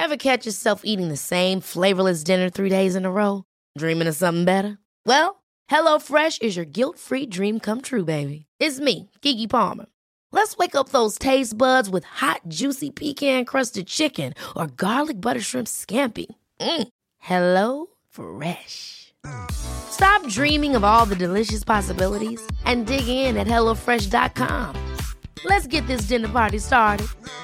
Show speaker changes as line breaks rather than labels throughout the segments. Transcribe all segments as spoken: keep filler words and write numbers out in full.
Ever catch yourself eating the same flavorless dinner three days in a row? Dreaming of something better? Well, HelloFresh is your guilt-free dream come true, baby. It's me, Keke Palmer. Let's wake up those taste buds with hot, juicy pecan-crusted chicken or garlic butter shrimp scampi. Mm. Hello Fresh. Stop dreaming of all the delicious possibilities and dig in at hello fresh dot com. Let's get this dinner party started.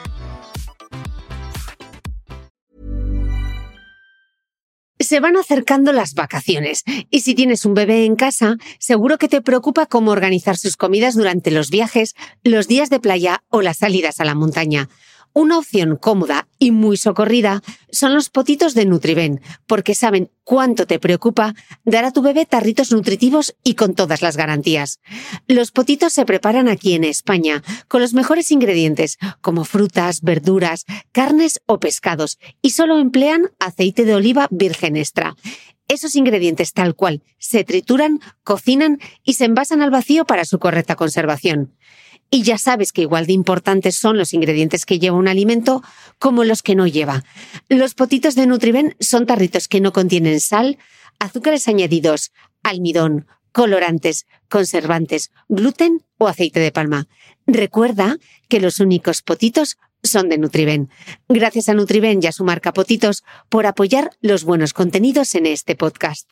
Se van acercando las vacaciones y si tienes un bebé en casa, seguro que te preocupa cómo organizar sus comidas durante los viajes, los días de playa o las salidas a la montaña. Una opción cómoda y muy socorrida son los potitos de Nutriben, porque saben cuánto te preocupa dar a tu bebé tarritos nutritivos y con todas las garantías. Los potitos se preparan aquí en España con los mejores ingredientes, como frutas, verduras, carnes o pescados, y solo emplean aceite de oliva virgen extra. Esos ingredientes tal cual se trituran, cocinan y se envasan al vacío para su correcta conservación. Y ya sabes que igual de importantes son los ingredientes que lleva un alimento como los que no lleva. Los potitos de Nutriben son tarritos que no contienen sal, azúcares añadidos, almidón, colorantes, conservantes, gluten o aceite de palma. Recuerda que los únicos potitos son de Nutriben. Gracias a Nutriben y a su marca Potitos por apoyar los buenos contenidos en este podcast.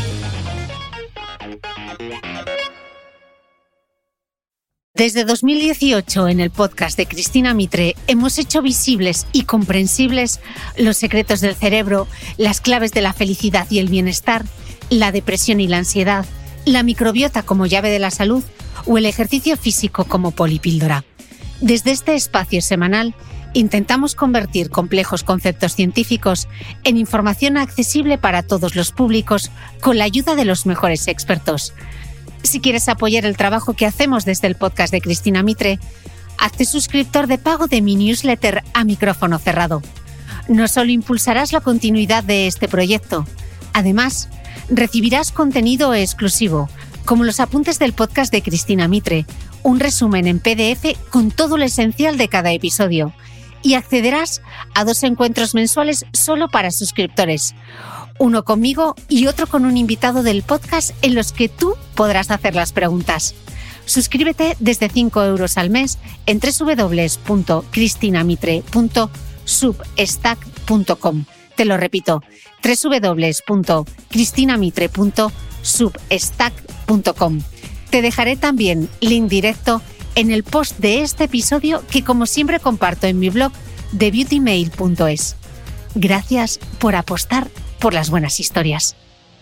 Desde dos mil dieciocho, en el podcast de Cristina Mitre, hemos hecho visibles y comprensibles los secretos del cerebro, las claves de la felicidad y el bienestar, la depresión y la ansiedad, la microbiota como llave de la salud o el ejercicio físico como polipíldora. Desde este espacio semanal, intentamos convertir complejos conceptos científicos en información accesible para todos los públicos con la ayuda de los mejores expertos. Si quieres apoyar el trabajo que hacemos desde el podcast de Cristina Mitre, hazte suscriptor de pago de mi newsletter a micrófono cerrado. No solo impulsarás la continuidad de este proyecto, además, recibirás contenido exclusivo, como los apuntes del podcast de Cristina Mitre, un resumen en P D F con todo lo esencial de cada episodio, y accederás a dos encuentros mensuales solo para suscriptores, uno conmigo y otro con un invitado del podcast en los que tú podrás hacer las preguntas. Suscríbete desde cinco euros al mes en doble u doble u doble u punto cristinamitre punto substack punto com. Te lo repito, doble u doble u doble u punto cristinamitre punto substack punto com. Te dejaré también link directo en el post de este episodio que como siempre comparto en mi blog de beauty mail punto es. Gracias por apostar por las buenas historias.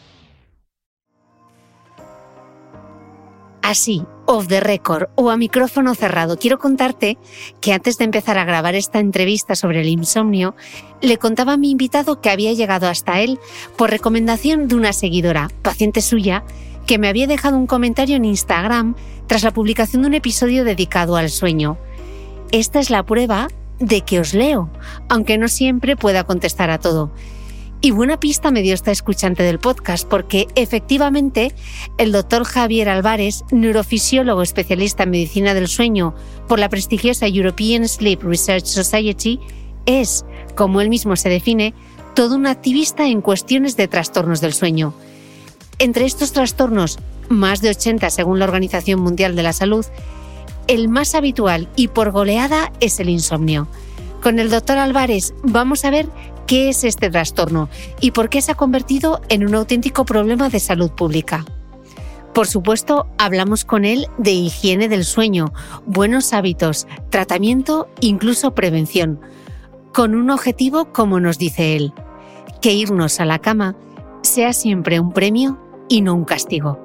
Así, off the record o a micrófono cerrado, quiero contarte que antes de empezar a grabar esta entrevista sobre el insomnio, le contaba a mi invitado que había llegado hasta él por recomendación de una seguidora, paciente suya, que me había dejado un comentario en Instagram tras la publicación de un episodio dedicado al sueño. Esta es la prueba de que os leo, aunque no siempre pueda contestar a todo. Y buena pista me dio esta escuchante del podcast, porque efectivamente el doctor Javier Álvarez, neurofisiólogo especialista en medicina del sueño por la prestigiosa European Sleep Research Society, es, como él mismo se define, todo un activista en cuestiones de trastornos del sueño. Entre estos trastornos, más de ochenta según la Organización Mundial de la Salud, el más habitual y por goleada es el insomnio. Con el doctor Álvarez vamos a ver qué es este trastorno y por qué se ha convertido en un auténtico problema de salud pública. Por supuesto, hablamos con él de higiene del sueño, buenos hábitos, tratamiento, incluso prevención, con un objetivo, como nos dice él, que irnos a la cama sea siempre un premio y no un castigo.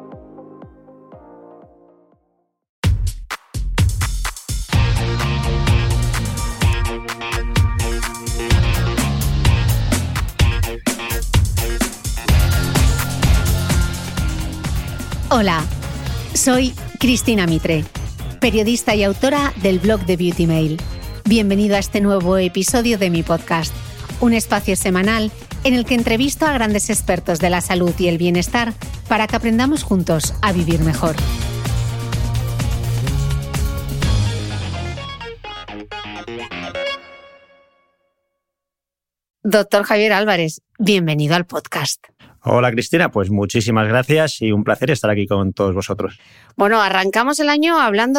Hola, soy Cristina Mitre, periodista y autora del blog de Beauty Mail. Bienvenido a este nuevo episodio de mi podcast, un espacio semanal en el que entrevisto a grandes expertos de la salud y el bienestar para que aprendamos juntos a vivir mejor. Doctor Javier Álvarez, bienvenido al podcast.
Hola Cristina, pues muchísimas gracias y un placer estar aquí con todos vosotros.
Bueno, arrancamos el año hablando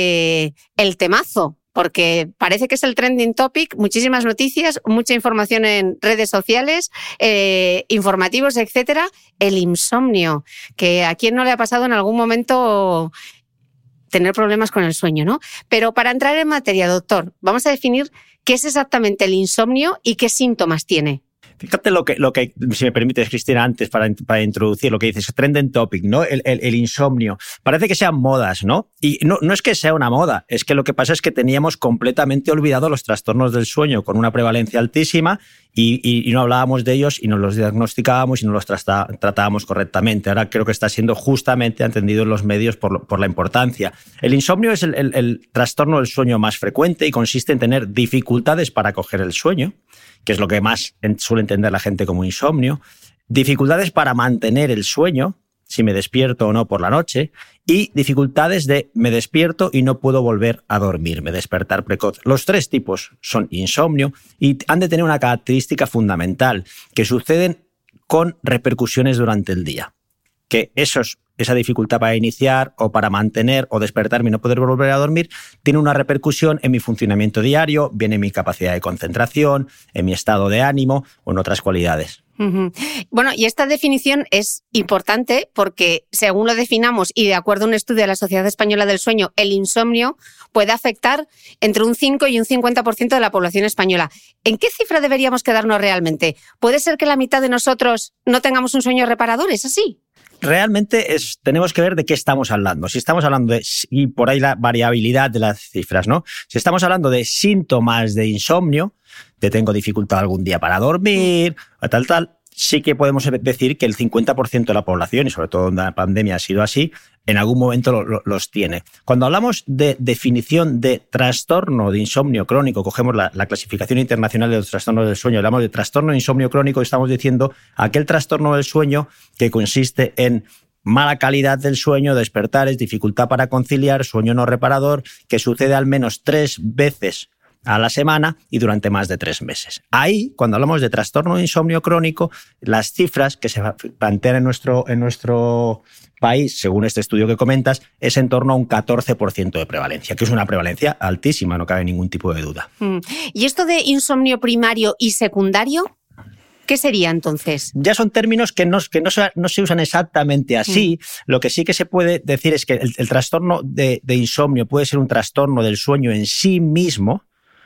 de el temazo, porque parece que es el trending topic, muchísimas noticias, mucha información en redes sociales, eh, informativos, etcétera. El insomnio, que a quién no le ha pasado en algún momento tener problemas con el sueño, ¿no? Pero para entrar en materia, doctor, vamos a definir qué es exactamente el insomnio y qué síntomas tiene.
Fíjate lo que, lo que, si me permites, Cristina, antes para, para introducir lo que dices, trending topic, ¿no? El, el, el insomnio. Parece que sean modas, ¿no? Y no, no es que sea una moda, es que lo que pasa es que teníamos completamente olvidado los trastornos del sueño con una prevalencia altísima y, y, y no hablábamos de ellos y no los diagnosticábamos y no los trata, tratábamos correctamente. Ahora creo que está siendo justamente atendido en los medios por, lo, por la importancia. El insomnio es el, el, el trastorno del sueño más frecuente y consiste en tener dificultades para coger el sueño, que es lo que más suele entender la gente como insomnio, dificultades para mantener el sueño, si me despierto o no por la noche, y dificultades de me despierto y no puedo volver a dormirme, despertar precoz. Los tres tipos son insomnio y han de tener una característica fundamental, que suceden con repercusiones durante el día. Que esos, esa dificultad para iniciar o para mantener o despertarme y no poder volver a dormir tiene una repercusión en mi funcionamiento diario, bien en mi capacidad de concentración, en mi estado de ánimo o en otras cualidades.
Uh-huh. Bueno, y esta definición es importante porque según lo definamos y de acuerdo a un estudio de la Sociedad Española del Sueño, el insomnio puede afectar entre un cinco y un cincuenta por ciento de la población española. ¿En qué cifra deberíamos quedarnos realmente? ¿Puede ser que la mitad de nosotros no tengamos un sueño reparador? ¿Es así?
Realmente es, tenemos que ver de qué estamos hablando. Si estamos hablando de, y por ahí la variabilidad de las cifras, ¿no? Si estamos hablando de síntomas de insomnio, de tengo dificultad algún día para dormir, o tal, tal, sí que podemos decir que el cincuenta por ciento de la población, y sobre todo en la pandemia ha sido así, en algún momento lo, lo, los tiene. Cuando hablamos de definición de trastorno de insomnio crónico, cogemos la, la clasificación internacional de los trastornos del sueño, hablamos de trastorno de insomnio crónico y estamos diciendo aquel trastorno del sueño que consiste en mala calidad del sueño, despertares, dificultad para conciliar, sueño no reparador, que sucede al menos tres veces a la semana y durante más de tres meses. Ahí, cuando hablamos de trastorno de insomnio crónico, las cifras que se plantean en nuestro, en nuestro país, según este estudio que comentas, es en torno a un catorce por ciento de prevalencia, que es una prevalencia altísima, no cabe ningún tipo de duda.
Mm. ¿Y esto de insomnio primario y secundario? ¿Qué sería entonces?
Ya son términos que no, que no, se, no se usan exactamente así. Mm. Lo que sí que se puede decir es que el, el trastorno de, de insomnio puede ser un trastorno del sueño en sí mismo,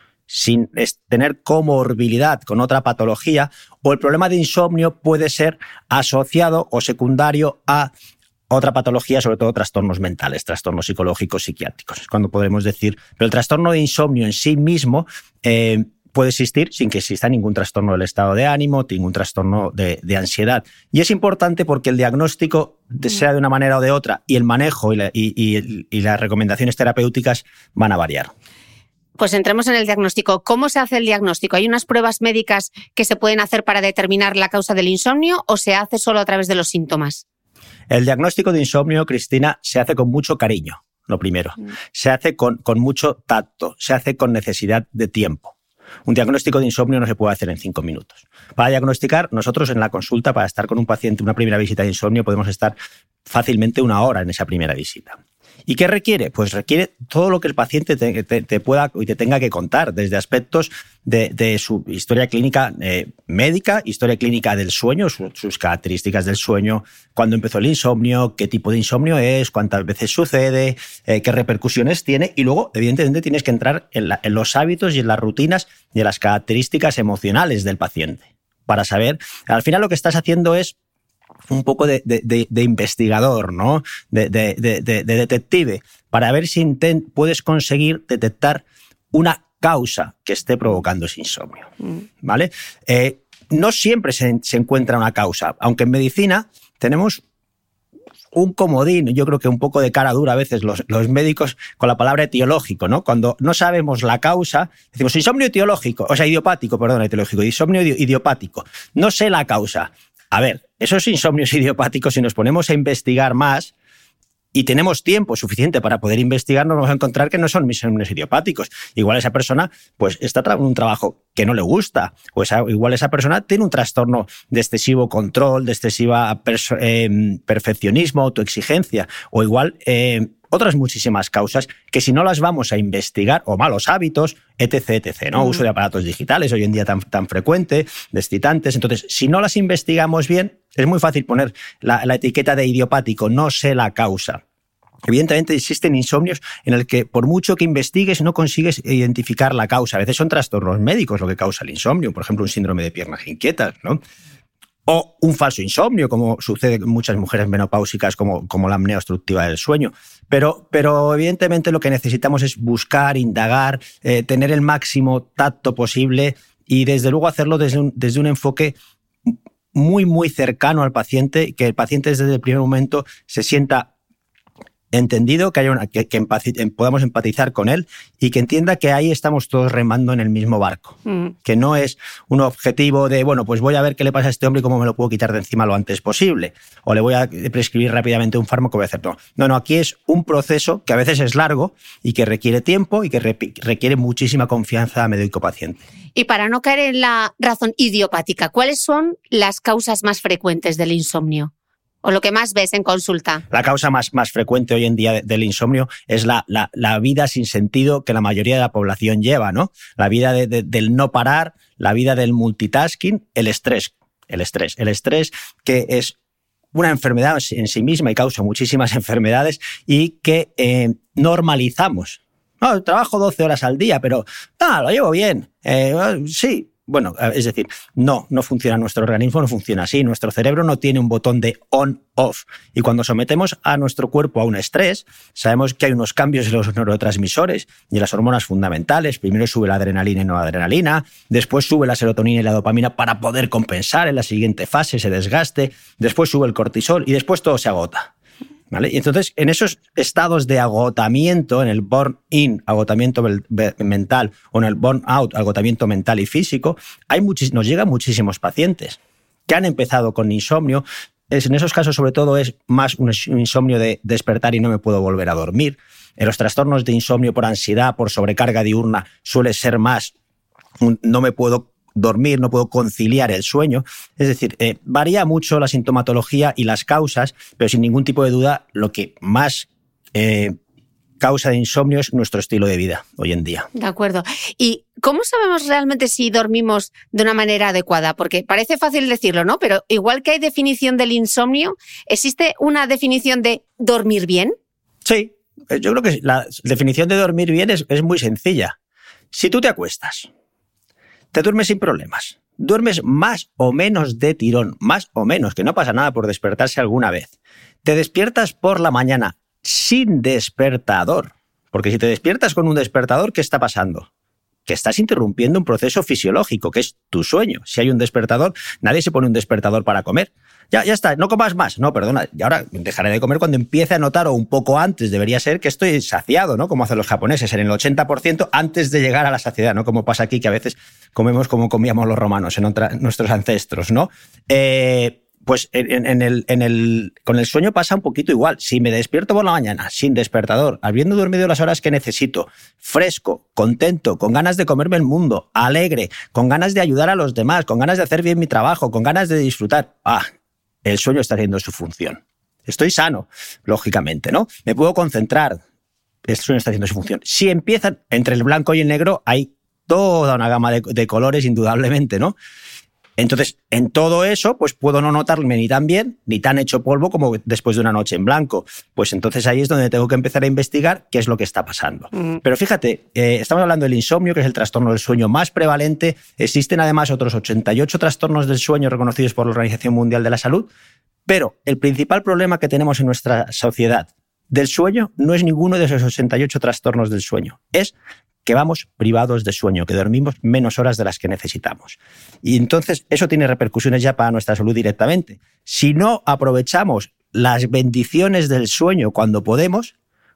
sin tener comorbilidad con otra patología, o el problema de insomnio puede ser asociado o secundario a otra patología, sobre todo trastornos mentales, trastornos psicológicos, psiquiátricos. Es cuando podremos decir, pero el trastorno de insomnio en sí mismo eh, puede existir sin que exista ningún trastorno del estado de ánimo, ningún trastorno de, de ansiedad. Y es importante porque el diagnóstico, sea de una manera o de otra, y el manejo y, la, y, y, y las recomendaciones terapéuticas van a variar.
Pues entremos en el diagnóstico. ¿Cómo se hace el diagnóstico? ¿Hay unas pruebas médicas que se pueden hacer para determinar la causa del insomnio o se hace solo a través de los síntomas?
El diagnóstico de insomnio, Cristina, se hace con mucho cariño, lo primero. Mm. Se hace con, con mucho tacto, se hace con necesidad de tiempo. Un diagnóstico de insomnio no se puede hacer en cinco minutos. Para diagnosticar, nosotros en la consulta, para estar con un paciente, una primera visita de insomnio, podemos estar fácilmente una hora en esa primera visita. ¿Y qué requiere? Pues requiere todo lo que el paciente te, te, te pueda y te tenga que contar, desde aspectos de, de su historia clínica eh, médica, historia clínica del sueño, su, sus características del sueño, cuándo empezó el insomnio, qué tipo de insomnio es, cuántas veces sucede, eh, qué repercusiones tiene, y luego, evidentemente, tienes que entrar en, la, en los hábitos y en las rutinas y en las características emocionales del paciente para saber, al final lo que estás haciendo es un poco de, de, de, de investigador, ¿no? De, de, de, de detective, para ver si intent, puedes conseguir detectar una causa que esté provocando ese insomnio, ¿vale? Eh, no siempre se, se encuentra una causa, aunque en medicina tenemos un comodín, yo creo que un poco de cara dura a veces los, los médicos con la palabra etiológico, ¿no? Cuando no sabemos la causa, decimos insomnio etiológico, o sea, idiopático, perdón, etiológico, insomnio idiopático. No sé la causa. A ver, esos insomnios idiopáticos, si nos ponemos a investigar más, y tenemos tiempo suficiente para poder investigar, nos vamos a encontrar que no son insomnios idiopáticos. Igual esa persona pues, está en un trabajo que no le gusta, o esa, igual esa persona tiene un trastorno de excesivo control, de excesiva perso- eh, perfeccionismo, autoexigencia, o igual eh, otras muchísimas causas que si no las vamos a investigar, o malos hábitos, etc, etcétera, ¿no? Mm. Uso de aparatos digitales, hoy en día tan, tan frecuente, de excitantes. Entonces, si no las investigamos bien, es muy fácil poner la, la etiqueta de idiopático, no sé la causa. Evidentemente existen insomnios en el que por mucho que investigues no consigues identificar la causa. A veces son trastornos médicos lo que causa el insomnio, por ejemplo un síndrome de piernas inquietas, ¿no? O un falso insomnio, como sucede con muchas mujeres menopáusicas, como, como la apnea obstructiva del sueño. Pero, pero evidentemente lo que necesitamos es buscar, indagar, eh, tener el máximo tacto posible y desde luego hacerlo desde un, desde un enfoque muy, muy cercano al paciente, que el paciente desde el primer momento se sienta entendido, que, haya una, que, que empaci, podamos empatizar con él y que entienda que ahí estamos todos remando en el mismo barco. Mm. Que no es un objetivo de, bueno, pues voy a ver qué le pasa a este hombre y cómo me lo puedo quitar de encima lo antes posible. O le voy a prescribir rápidamente un fármaco, voy a hacer no. No, no, aquí es un proceso que a veces es largo y que requiere tiempo y que re, requiere muchísima confianza médico-paciente.
Y para no caer en la razón idiopática, ¿cuáles son las causas más frecuentes del insomnio? ¿O lo que más ves en consulta?
La causa más, más frecuente hoy en día de, del insomnio es la, la, la vida sin sentido que la mayoría de la población lleva, ¿no? La vida de, de, del no parar, la vida del multitasking, el estrés. El estrés. El estrés que es una enfermedad en sí misma y causa muchísimas enfermedades y que eh, normalizamos. No, trabajo doce horas al día, pero ah, lo llevo bien. Eh, sí. Bueno, es decir, no, no funciona nuestro organismo, no funciona así. Nuestro cerebro no tiene un botón de on-off. Y cuando sometemos a nuestro cuerpo a un estrés, sabemos que hay unos cambios en los neurotransmisores y en las hormonas fundamentales. Primero sube la adrenalina y no la adrenalina, después sube la serotonina y la dopamina para poder compensar en la siguiente fase ese desgaste, después sube el cortisol y después todo se agota. ¿Vale? Y entonces, en esos estados de agotamiento, en el burn-in, agotamiento mental, o en el burn-out, agotamiento mental y físico, hay muchis- nos llegan muchísimos pacientes que han empezado con insomnio. Es, en esos casos, sobre todo, es más un insomnio de despertar y no me puedo volver a dormir. En los trastornos de insomnio por ansiedad, por sobrecarga diurna, suele ser más un, no me puedo dormir, no puedo conciliar el sueño. Es decir, eh, varía mucho la sintomatología y las causas, pero sin ningún tipo de duda lo que más eh, causa de insomnio es nuestro estilo de vida hoy en día.
De acuerdo. ¿Y cómo sabemos realmente si dormimos de una manera adecuada? Porque parece fácil decirlo, ¿no? Pero igual que hay definición del insomnio, ¿existe una definición de dormir bien?
Sí, yo creo que la definición de dormir bien es, es muy sencilla. Si tú te acuestas, te duermes sin problemas, duermes más o menos de tirón, más o menos, que no pasa nada por despertarse alguna vez. Te despiertas por la mañana sin despertador, porque si te despiertas con un despertador, ¿qué está pasando? Que estás interrumpiendo un proceso fisiológico, que es tu sueño. Si hay un despertador, nadie se pone un despertador para comer. Ya, ya está, no comas más. No, perdona, y ahora dejaré de comer cuando empiece a notar, o un poco antes, debería ser que estoy saciado, ¿no? Como hacen los japoneses, en el ochenta por ciento antes de llegar a la saciedad, ¿no? Como pasa aquí, que a veces comemos como comíamos los romanos, en otra, nuestros ancestros, ¿no? Eh... Pues en, en el, en el, con el sueño pasa un poquito igual. Si me despierto por la mañana sin despertador, habiendo dormido las horas que necesito, fresco, contento, con ganas de comerme el mundo, alegre, con ganas de ayudar a los demás, con ganas de hacer bien mi trabajo, con ganas de disfrutar, ah, el sueño está haciendo su función. Estoy sano, lógicamente, ¿no? Me puedo concentrar, el sueño está haciendo su función. Si empiezan, entre el blanco y el negro hay toda una gama de, de colores, indudablemente, ¿no? Entonces, en todo eso, pues puedo no notarme ni tan bien, ni tan hecho polvo como después de una noche en blanco. Pues entonces ahí es donde tengo que empezar a investigar qué es lo que está pasando. Mm. Pero fíjate, eh, estamos hablando del insomnio, que es el trastorno del sueño más prevalente. Existen además otros ochenta y ocho trastornos del sueño reconocidos por la Organización Mundial de la Salud. Pero el principal problema que tenemos en nuestra sociedad del sueño no es ninguno de esos ochenta y ocho trastornos del sueño. Es que vamos privados de sueño, que dormimos menos horas de las que necesitamos. Y entonces eso tiene repercusiones ya para nuestra salud directamente. Si no aprovechamos las bendiciones del sueño cuando podemos,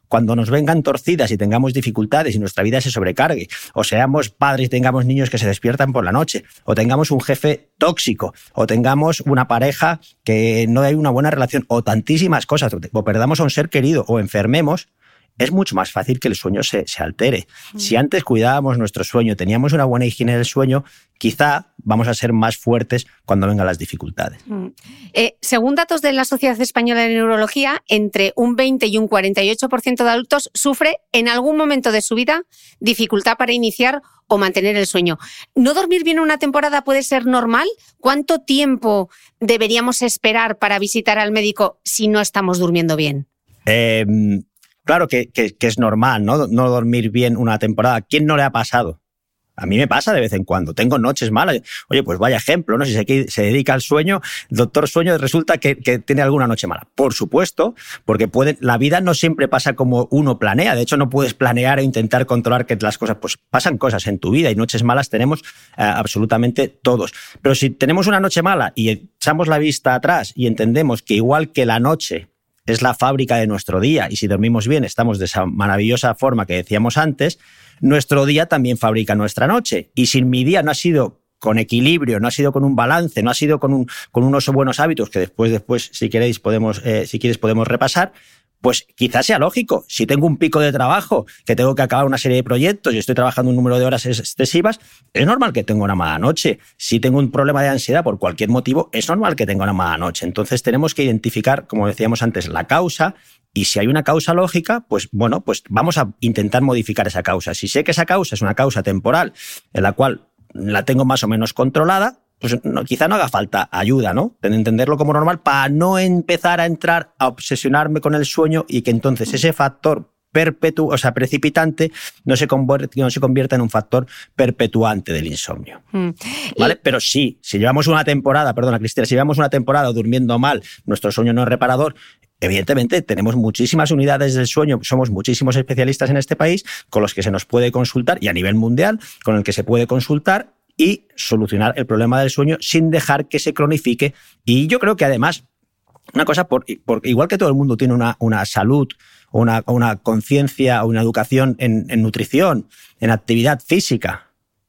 cuando nos vengan torcidas y tengamos dificultades y nuestra vida se sobrecargue, o seamos padres y tengamos niños que se despiertan por la noche, o tengamos un jefe tóxico, o tengamos una pareja que no hay una buena relación, o tantísimas cosas, o perdamos a un ser querido, o enfermemos, es mucho más fácil que el sueño se, se altere. Mm. Si antes cuidábamos nuestro sueño, teníamos una buena higiene del sueño, quizá vamos a ser más fuertes cuando vengan las dificultades.
Mm. Eh, según datos de la Sociedad Española de Neurología, entre un veinte y un cuarenta y ocho por ciento de adultos sufre en algún momento de su vida dificultad para iniciar o mantener el sueño. ¿No dormir bien una temporada puede ser normal? ¿Cuánto tiempo deberíamos esperar para visitar al médico si no estamos durmiendo bien?
Eh... Claro que, que, que es normal, ¿no? No dormir bien una temporada. ¿Quién no le ha pasado? A mí me pasa de vez en cuando. Tengo noches malas. Oye, pues vaya ejemplo, ¿no? Si se, se dedica al sueño, el doctor sueño resulta que, que tiene alguna noche mala. Por supuesto, porque puede, la vida no siempre pasa como uno planea. De hecho, no puedes planear e intentar controlar que las cosas... Pues pasan cosas en tu vida y noches malas tenemos eh, absolutamente todos. Pero si tenemos una noche mala y echamos la vista atrás y entendemos que igual que la noche es la fábrica de nuestro día y si dormimos bien estamos de esa maravillosa forma que decíamos antes, nuestro día también fabrica nuestra noche. Y si mi día no ha sido con equilibrio, no ha sido con un balance, no ha sido con, un, con unos buenos hábitos que después, después si queréis podemos, eh, si quieres podemos repasar, pues quizás sea lógico. Si tengo un pico de trabajo, que tengo que acabar una serie de proyectos y estoy trabajando un número de horas excesivas, es normal que tenga una mala noche. Si tengo un problema de ansiedad por cualquier motivo, es normal que tenga una mala noche. Entonces tenemos que identificar, como decíamos antes, la causa. Y si hay una causa lógica, pues bueno, pues vamos a intentar modificar esa causa. Si sé que esa causa es una causa temporal en la cual la tengo más o menos controlada, pues no, quizá no haga falta ayuda, ¿no? De entenderlo como normal para no empezar a entrar a obsesionarme con el sueño y que entonces ese factor perpetuo, o sea, precipitante, no se, convierte, no se convierta en un factor perpetuante del insomnio. Mm. ¿Vale? Y... Pero sí, si llevamos una temporada, perdona Cristina, si llevamos una temporada durmiendo mal, nuestro sueño no es reparador, evidentemente tenemos muchísimas unidades del sueño, somos muchísimos especialistas en este país con los que se nos puede consultar y a nivel mundial con el que se puede consultar y solucionar el problema del sueño sin dejar que se cronifique. Y yo creo que además, una cosa, por, por, igual que todo el mundo tiene una, una salud, una, una conciencia o una educación en, en nutrición, en actividad física,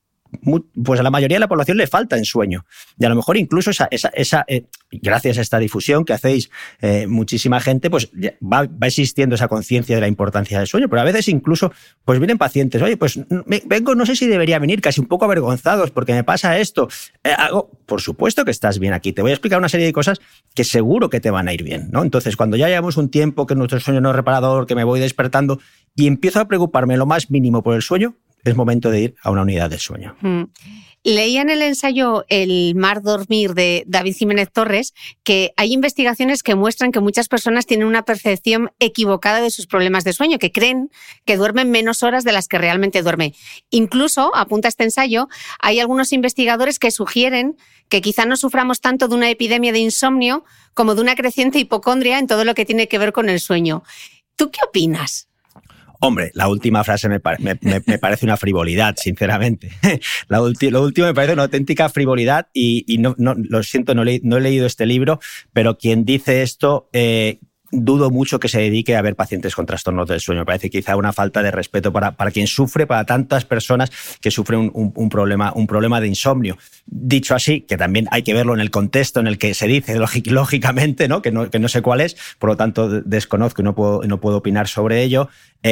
pues a la mayoría de la población le falta en sueño. Y a lo mejor incluso esa, esa, esa eh, gracias a esta difusión que hacéis eh, muchísima gente, pues va, va existiendo esa conciencia de la importancia del sueño. Pero a veces incluso pues vienen pacientes, oye, pues me, vengo, no sé si debería venir, casi un poco avergonzados porque me pasa esto. Eh, hago, por supuesto que estás bien aquí. Te voy a explicar una serie de cosas que seguro que te van a ir bien, ¿no? Entonces, cuando ya llevamos un tiempo que nuestro sueño no es reparador, que me voy despertando y empiezo a preocuparme lo más mínimo por el sueño, es momento de ir a una unidad de sueño. Mm.
Leía en el ensayo El mar dormir de David Jiménez Torres que hay investigaciones que muestran que muchas personas tienen una percepción equivocada de sus problemas de sueño, que creen que duermen menos horas de las que realmente duermen. Incluso, apunta este ensayo, hay algunos investigadores que sugieren que quizá no suframos tanto de una epidemia de insomnio como de una creciente hipocondria en todo lo que tiene que ver con el sueño. ¿Tú qué opinas?
Hombre, la última frase me, me, me, me parece una frivolidad, sinceramente. La ulti, lo último me parece una auténtica frivolidad y, y no, no, lo siento, no, le, no he leído este libro, pero quien dice esto... Eh, dudo mucho que se dedique a ver pacientes con trastornos del sueño. Me parece quizá una falta de respeto para, para quien sufre, para tantas personas que sufren un, un, un, problema, un problema de insomnio. Dicho así, que también hay que verlo en el contexto en el que se dice, lógicamente, ¿no? Que, no, que no sé cuál es, por lo tanto desconozco y no puedo, no puedo opinar sobre ello.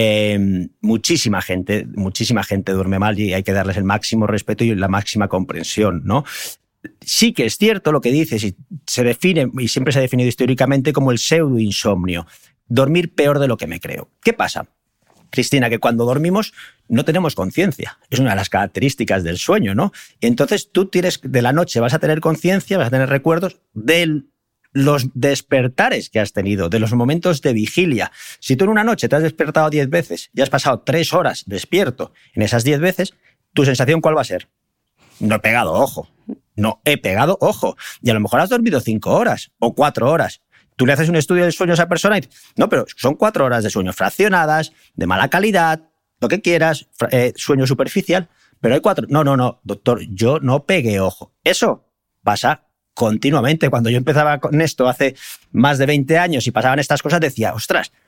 Eh, muchísima gente, muchísima gente duerme mal y hay que darles el máximo respeto y la máxima comprensión, ¿no? Sí que es cierto lo que dices y se define, y siempre se ha definido históricamente como el pseudoinsomnio, dormir peor de lo que me creo. ¿Qué pasa, Cristina? Que cuando dormimos no tenemos conciencia. Es una de las características del sueño, ¿no? Y entonces tú tienes, de la noche vas a tener conciencia, vas a tener recuerdos de los despertares que has tenido, de los momentos de vigilia. Si tú en una noche te has despertado diez veces y has pasado tres horas despierto en esas diez veces, ¿tu sensación cuál va a ser? No he pegado ojo. No he pegado ojo. Y a lo mejor has dormido cinco horas o cuatro horas. Tú le haces un estudio del sueño a esa persona y no, pero son cuatro horas de sueño fraccionadas, de mala calidad, lo que quieras, eh, sueño superficial, pero hay cuatro. No, no, no, doctor, yo no pegué ojo. Eso pasa continuamente. Cuando yo empezaba con esto hace más de veinte años y pasaban estas cosas, decía, ostras,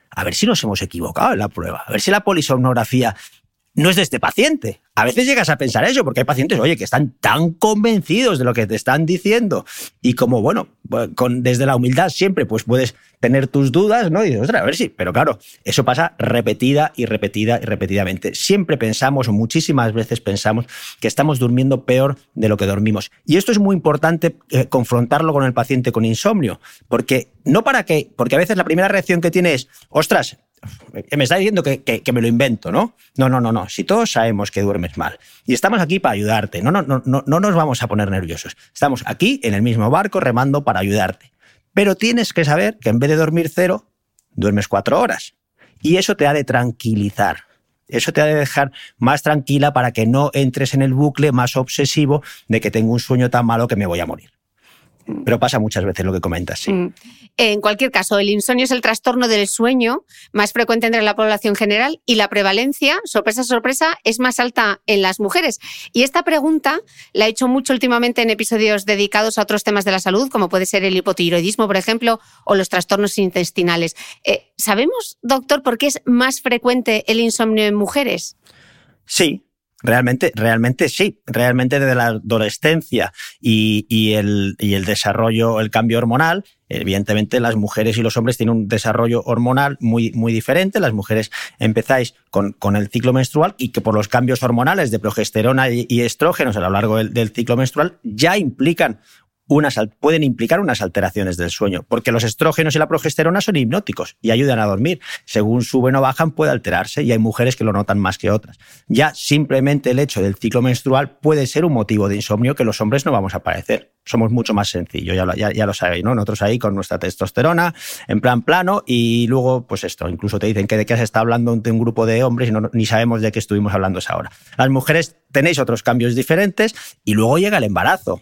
a ver si nos hemos equivocado en la prueba, a ver si la polisomnografía no es de este paciente. A veces llegas a pensar eso, porque hay pacientes, oye, que están tan convencidos de lo que te están diciendo y como, bueno, con, desde la humildad siempre pues puedes tener tus dudas, ¿no? Y dices, ostras, a ver si... Pero claro, eso pasa repetida y repetida y repetidamente. Siempre pensamos, o muchísimas veces pensamos, que estamos durmiendo peor de lo que dormimos. Y esto es muy importante eh, confrontarlo con el paciente con insomnio, porque no para qué, porque a veces la primera reacción que tiene es, ostras, me está diciendo que, que, que me lo invento, ¿no? No, no, no, no. Si todos sabemos que duermes mal y estamos aquí para ayudarte, no, no, no, no, no nos vamos a poner nerviosos. Estamos aquí en el mismo barco remando para ayudarte. Pero tienes que saber que en vez de dormir cero, duermes cuatro horas. Y eso te ha de tranquilizar. Eso te ha de dejar más tranquila para que no entres en el bucle más obsesivo de que tengo un sueño tan malo que me voy a morir. Pero pasa muchas veces lo que comentas, sí.
Mm. En cualquier caso, el insomnio es el trastorno del sueño más frecuente entre la población general y la prevalencia, sorpresa, sorpresa, es más alta en las mujeres. Y esta pregunta la he hecho mucho últimamente en episodios dedicados a otros temas de la salud, como puede ser el hipotiroidismo, por ejemplo, o los trastornos intestinales. Eh, ¿Sabemos, doctor, por qué es más frecuente el insomnio en mujeres?
Sí. Realmente, realmente sí. Realmente desde la adolescencia y, y, el, y el desarrollo, el cambio hormonal, evidentemente las mujeres y los hombres tienen un desarrollo hormonal muy, muy diferente. Las mujeres empezáis con, con el ciclo menstrual y que por los cambios hormonales de progesterona y, y estrógenos a lo largo del, del ciclo menstrual ya implican Unas, pueden implicar unas alteraciones del sueño, porque los estrógenos y la progesterona son hipnóticos y ayudan a dormir. Según suben o bajan puede alterarse y hay mujeres que lo notan más que otras. Ya simplemente el hecho del ciclo menstrual puede ser un motivo de insomnio que los hombres no vamos a padecer. Somos mucho más sencillos, ya lo, ya, ya lo sabéis, ¿no? Nosotros ahí con nuestra testosterona en plan plano y luego, pues esto, incluso te dicen que de qué se está hablando de un grupo de hombres y no, ni sabemos de qué estuvimos hablando esa hora. Las mujeres tenéis otros cambios diferentes y luego llega el embarazo.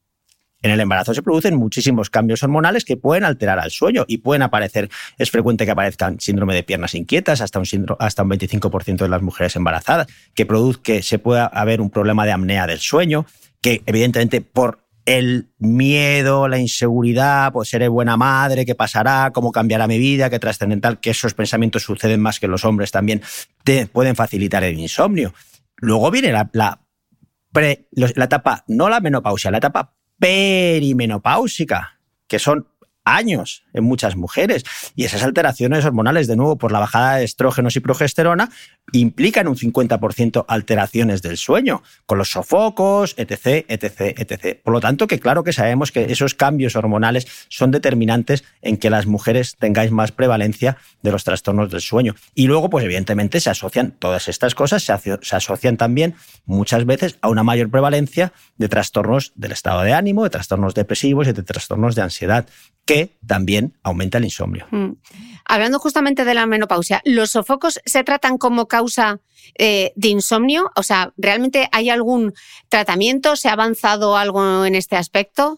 En el embarazo se producen muchísimos cambios hormonales que pueden alterar al sueño y pueden aparecer, es frecuente que aparezcan síndrome de piernas inquietas, hasta un, síndrome, hasta un veinticinco por ciento de las mujeres embarazadas, que produce que se pueda haber un problema de apnea del sueño, que evidentemente por el miedo, la inseguridad, pues seré buena madre, qué pasará, cómo cambiará mi vida, qué trascendental, que esos pensamientos suceden más que los hombres también, te pueden facilitar el insomnio. Luego viene la, la, pre, la etapa, no la menopausia, la etapa perimenopáusica, que son años en muchas mujeres. Y esas alteraciones hormonales, de nuevo, por la bajada de estrógenos y progesterona, implican un cincuenta por ciento alteraciones del sueño, con los sofocos, etc, etc, etcétera. Por lo tanto, que claro que sabemos que esos cambios hormonales son determinantes en que las mujeres tengáis más prevalencia de los trastornos del sueño. Y luego, pues evidentemente, se asocian todas estas cosas, se, aso- se asocian también muchas veces a una mayor prevalencia de trastornos del estado de ánimo, de trastornos depresivos y de trastornos de ansiedad, que también aumenta el insomnio.
Mm. Hablando justamente de la menopausia, ¿los sofocos se tratan como causa eh, de insomnio? O sea, ¿realmente hay algún tratamiento? ¿Se ha avanzado algo en este aspecto?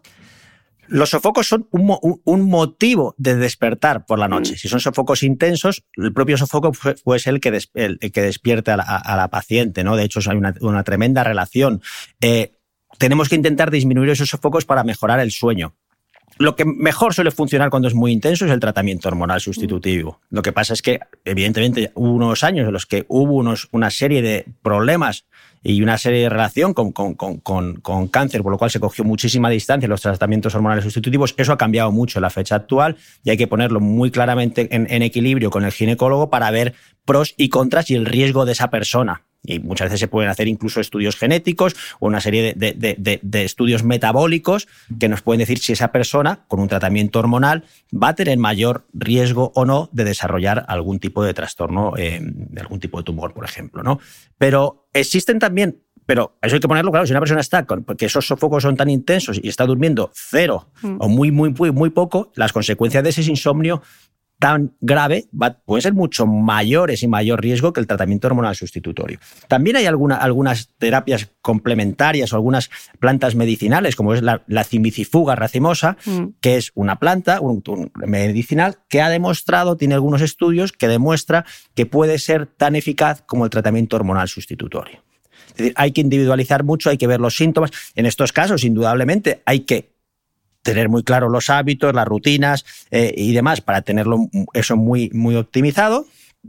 Los sofocos son un, mo- un motivo de despertar por la noche. Mm. Si son sofocos intensos, el propio sofoco puede ser el que, des- el, el que despierte a la, a la paciente, ¿no? De hecho, hay una, una tremenda relación. Eh, tenemos que intentar disminuir esos sofocos para mejorar el sueño. Lo que mejor suele funcionar cuando es muy intenso es el tratamiento hormonal sustitutivo. Lo que pasa es que, evidentemente, hubo unos años en los que hubo unos, una serie de problemas y una serie de relación con, con, con, con, con cáncer, por lo cual se cogió muchísima distancia en los tratamientos hormonales sustitutivos. Eso ha cambiado mucho en la fecha actual y hay que ponerlo muy claramente en, en equilibrio con el ginecólogo para ver pros y contras y el riesgo de esa persona. Y muchas veces se pueden hacer incluso estudios genéticos o una serie de, de, de, de estudios metabólicos que nos pueden decir si esa persona con un tratamiento hormonal va a tener mayor riesgo o no de desarrollar algún tipo de trastorno, eh, de algún tipo de tumor, por ejemplo, ¿no? Pero existen también, pero eso hay que ponerlo claro, si una persona está con, porque esos sofocos son tan intensos y está durmiendo cero mm. o muy, muy, muy, muy poco, las consecuencias de ese insomnio tan grave va, pueden ser mucho mayores y mayor riesgo que el tratamiento hormonal sustitutorio. También hay alguna, algunas terapias complementarias o algunas plantas medicinales, como es la, la cimicifuga racimosa, mm. que es una planta un, un medicinal que ha demostrado, tiene algunos estudios que demuestra que puede ser tan eficaz como el tratamiento hormonal sustitutorio. Es decir, hay que individualizar mucho, hay que ver los síntomas. En estos casos, indudablemente, hay que tener muy claros los hábitos, las rutinas eh, y demás para tenerlo eso muy, muy optimizado.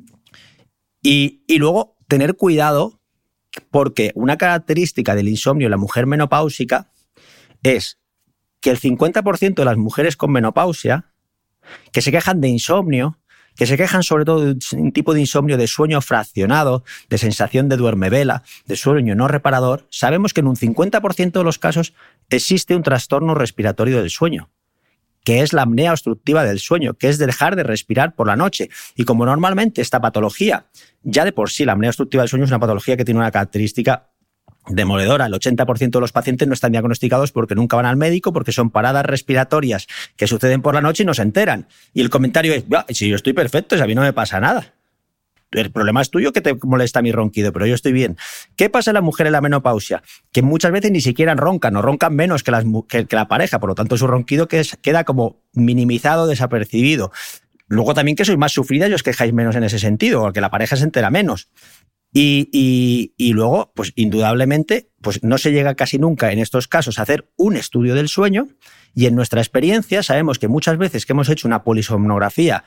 Y, y luego tener cuidado porque una característica del insomnio en la mujer menopáusica es que el cincuenta por ciento de las mujeres con menopausia que se quejan de insomnio, que se quejan sobre todo de un tipo de insomnio de sueño fraccionado, de sensación de duermevela, de sueño no reparador, sabemos que en un cincuenta por ciento de los casos existe un trastorno respiratorio del sueño, que es la apnea obstructiva del sueño, que es dejar de respirar por la noche. Y como normalmente esta patología, ya de por sí la apnea obstructiva del sueño es una patología que tiene una característica demoledora. El ochenta por ciento de los pacientes no están diagnosticados porque nunca van al médico, porque son paradas respiratorias que suceden por la noche y no se enteran. Y el comentario es, si yo estoy perfecto, si a mí no me pasa nada. El problema es tuyo que te molesta mi ronquido, pero yo estoy bien. ¿Qué pasa en la mujer en la menopausia? Que muchas veces ni siquiera roncan, o roncan menos que, las, que, que la pareja, por lo tanto su ronquido que es, queda como minimizado, desapercibido. Luego también que sois más sufridas y os quejáis menos en ese sentido, porque la pareja se entera menos. Y, y, y luego, pues indudablemente, pues no se llega casi nunca en estos casos a hacer un estudio del sueño, y en nuestra experiencia sabemos que muchas veces que hemos hecho una polisomnografía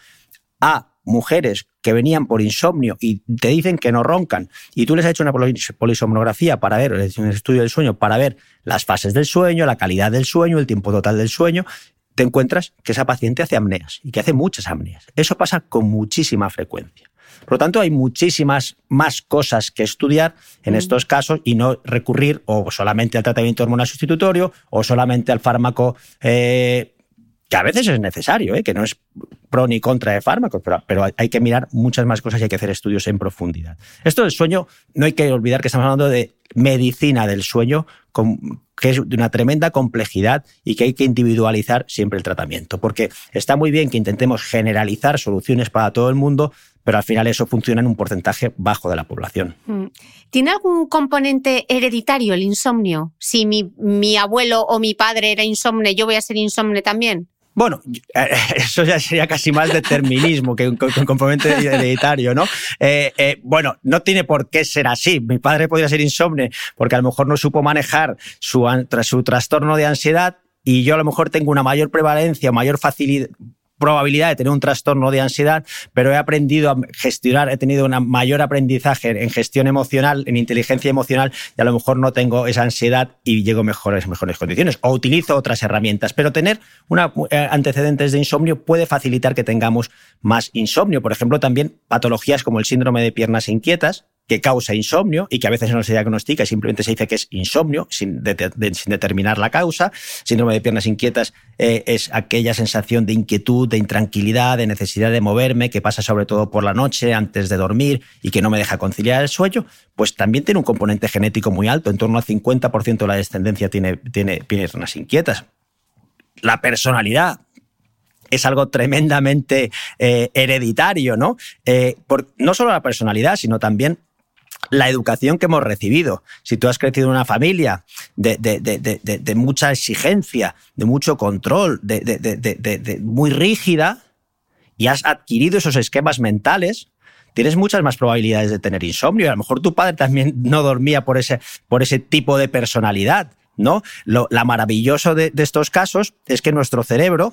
a mujeres que venían por insomnio y te dicen que no roncan, y tú les has hecho una polisomnografía para ver, un estudio del sueño para ver las fases del sueño, la calidad del sueño, el tiempo total del sueño, te encuentras que esa paciente hace apneas y que hace muchas apneas. Eso pasa con muchísima frecuencia. Por lo tanto, hay muchísimas más cosas que estudiar en mm. estos casos y no recurrir o solamente al tratamiento hormonal sustitutorio o solamente al fármaco, eh, que a veces es necesario, ¿eh? Que no es pro ni contra de fármacos, pero, pero hay que mirar muchas más cosas y hay que hacer estudios en profundidad. Esto del sueño, no hay que olvidar que estamos hablando de medicina del sueño, con, que es de una tremenda complejidad y que hay que individualizar siempre el tratamiento, porque está muy bien que intentemos generalizar soluciones para todo el mundo, pero al final eso funciona en un porcentaje bajo de la población.
¿Tiene algún componente hereditario el insomnio? Si mi, mi abuelo o mi padre era insomne, ¿yo voy a ser insomne también?
Bueno, eso ya sería casi más determinismo que un, un componente hereditario, ¿no? Eh, eh, bueno, no tiene por qué ser así. Mi padre podría ser insomne porque a lo mejor no supo manejar su, su trastorno de ansiedad y yo a lo mejor tengo una mayor prevalencia, mayor facilidad, probabilidad de tener un trastorno de ansiedad, pero he aprendido a gestionar, he tenido un mayor aprendizaje en gestión emocional, en inteligencia emocional, y a lo mejor no tengo esa ansiedad y llego a mejores, mejores condiciones. O utilizo otras herramientas. Pero tener una, eh, antecedentes de insomnio puede facilitar que tengamos más insomnio. Por ejemplo, también patologías como el síndrome de piernas inquietas, que causa insomnio y que a veces no se diagnostica y simplemente se dice que es insomnio sin, de, de, sin determinar la causa. Síndrome de piernas inquietas eh, es aquella sensación de inquietud, de intranquilidad, de necesidad de moverme, que pasa sobre todo por la noche antes de dormir y que no me deja conciliar el sueño, pues también tiene un componente genético muy alto. En torno al cincuenta por ciento de la descendencia tiene, tiene piernas inquietas. La personalidad es algo tremendamente eh, hereditario, ¿no? Eh, por, no solo la personalidad, sino también la educación que hemos recibido. Si tú has crecido en una familia de, de, de, de, de, de mucha exigencia, de mucho control, de, de, de, de, de, de muy rígida, y has adquirido esos esquemas mentales, tienes muchas más probabilidades de tener insomnio. Y a lo mejor tu padre también no dormía por ese, por ese tipo de personalidad, ¿no? Lo la maravilloso de, de estos casos es que nuestro cerebro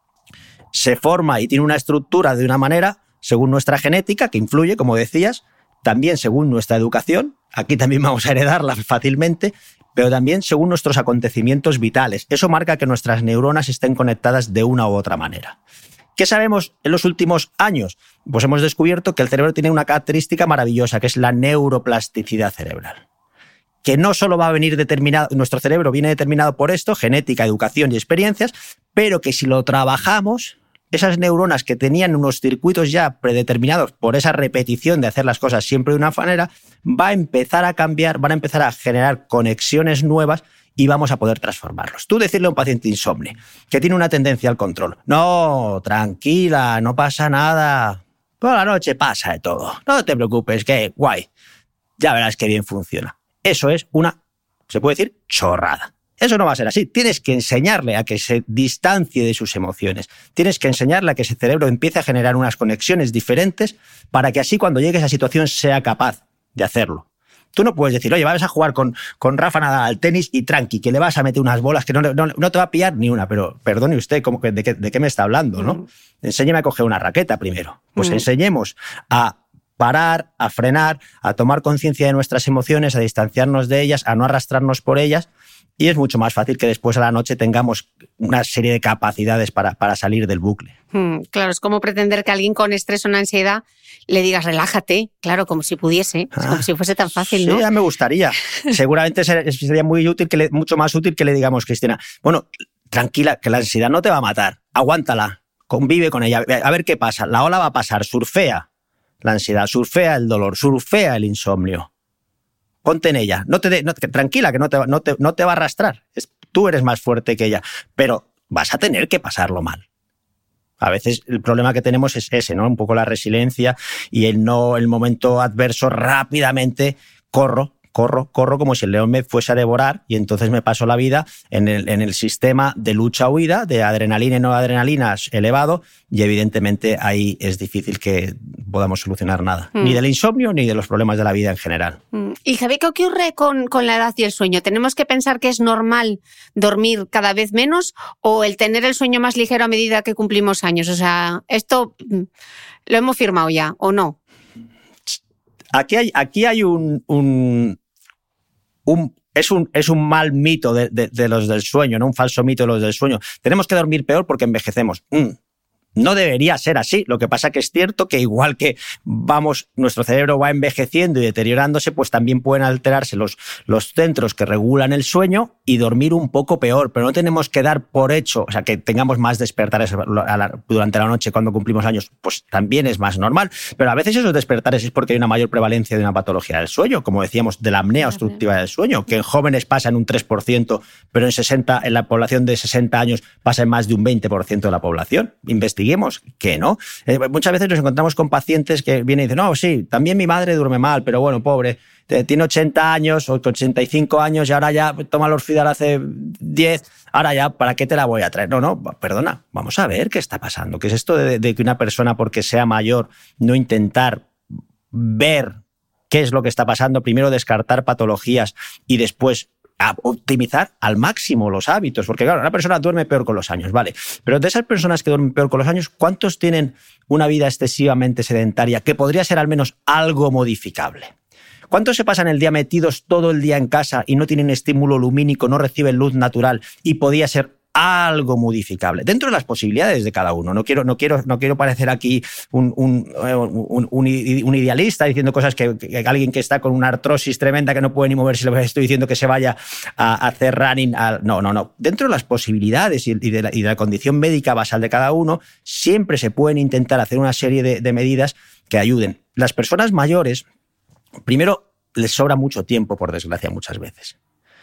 se forma y tiene una estructura de una manera según nuestra genética, que influye, como decías, también según nuestra educación, aquí también vamos a heredarla fácilmente, pero también según nuestros acontecimientos vitales. Eso marca que nuestras neuronas estén conectadas de una u otra manera. ¿Qué sabemos en los últimos años? Pues hemos descubierto que el cerebro tiene una característica maravillosa, que es la neuroplasticidad cerebral. Que no solo va a venir determinado, nuestro cerebro viene determinado por esto, genética, educación y experiencias, pero que si lo trabajamos, esas neuronas que tenían unos circuitos ya predeterminados por esa repetición de hacer las cosas siempre de una manera, va a empezar a cambiar, van a empezar a generar conexiones nuevas y vamos a poder transformarlos. Tú decirle a un paciente insomne que tiene una tendencia al control, no, tranquila, no pasa nada, por la noche pasa de todo, no te preocupes, que guay, ya verás qué bien funciona. Eso es una, se puede decir, chorrada. Eso no va a ser así. Tienes que enseñarle a que se distancie de sus emociones. Tienes que enseñarle a que ese cerebro empiece a generar unas conexiones diferentes para que así cuando llegue a esa situación sea capaz de hacerlo. Tú no puedes decir, oye, vas a jugar con, con Rafa Nadal al tenis y tranqui, que le vas a meter unas bolas que no, no, no te va a pillar ni una. Pero perdone usted, ¿cómo, de, qué, ¿de qué me está hablando? ¿no? Mm. Enséñeme a coger una raqueta primero. Pues mm. enseñemos a parar, a frenar, a tomar conciencia de nuestras emociones, a distanciarnos de ellas, a no arrastrarnos por ellas. Y es mucho más fácil que después a la noche tengamos una serie de capacidades para, para salir del bucle.
Hmm, claro, es como pretender que a alguien con estrés o una ansiedad le digas relájate, claro, como si pudiese, ah, como si fuese tan fácil,
sí,
¿no?
Sí, ya me gustaría. Seguramente sería muy útil, que le, mucho más útil que le digamos, Cristina, bueno, tranquila, que la ansiedad no te va a matar, aguántala, convive con ella, a ver qué pasa, la ola va a pasar, surfea la ansiedad, surfea el dolor, surfea el insomnio. Ponte en ella, no te de, no, tranquila, que no te, no, te, no te va a arrastrar. Es, tú eres más fuerte que ella, pero vas a tener que pasarlo mal. A veces el problema que tenemos es ese, ¿no? Un poco la resiliencia y el no, el momento adverso rápidamente corro, corro, corro como si el león me fuese a devorar y entonces me paso la vida en el, en el sistema de lucha-huida, de adrenalina y no adrenalina elevado, y evidentemente ahí es difícil que podamos solucionar nada, mm. ni del insomnio ni de los problemas de la vida en general.
Mm. Y Javi, ¿qué ocurre con, con la edad y el sueño? ¿Tenemos que pensar que es normal dormir cada vez menos o el tener el sueño más ligero a medida que cumplimos años? O sea, ¿esto lo hemos firmado ya o no?
Aquí hay, aquí hay un... un Un, es, un, es un mal mito de, de, de los del sueño, ¿no? Un falso mito de los del sueño. Tenemos que dormir peor porque envejecemos. Mm. No debería ser así. Lo que pasa que es cierto que igual que vamos, nuestro cerebro va envejeciendo y deteriorándose, pues también pueden alterarse los, los centros que regulan el sueño y dormir un poco peor. Pero no tenemos que dar por hecho, o sea, que tengamos más despertares durante la noche cuando cumplimos años, pues también es más normal. Pero a veces esos despertares es porque hay una mayor prevalencia de una patología del sueño, como decíamos, de la apnea obstructiva del sueño, que en jóvenes pasa en un tres por ciento, pero en, sesenta, en la población de sesenta años pasa en más de un veinte por ciento de la población. Investiguemos que no. Eh, muchas veces nos encontramos con pacientes que vienen y dicen, no, sí, también mi madre duerme mal, pero bueno, pobre, tiene ochenta años o ochenta y cinco años y ahora ya toma el Orfidal hace diez, ahora ya, ¿para qué te la voy a traer? No, no, perdona, vamos a ver qué está pasando. ¿Qué es esto de, de que una persona, porque sea mayor, no intentar ver qué es lo que está pasando? Primero descartar patologías y después a optimizar al máximo los hábitos, porque claro, una persona duerme peor con los años, vale, pero de esas personas que duermen peor con los años, ¿cuántos tienen una vida excesivamente sedentaria que podría ser al menos algo modificable? ¿Cuántos se pasan el día metidos todo el día en casa y no tienen estímulo lumínico, no reciben luz natural y podía ser algo modificable dentro de las posibilidades de cada uno? No quiero, no quiero, no quiero parecer aquí un, un, un, un, un idealista diciendo cosas que, que alguien que está con una artrosis tremenda que no puede ni moverse, le estoy diciendo que se vaya a, a hacer running. A, no, no, no. Dentro de las posibilidades y de, la, y de la condición médica basal de cada uno, siempre se pueden intentar hacer una serie de, de medidas que ayuden. Las personas mayores, primero, les sobra mucho tiempo, por desgracia, muchas veces.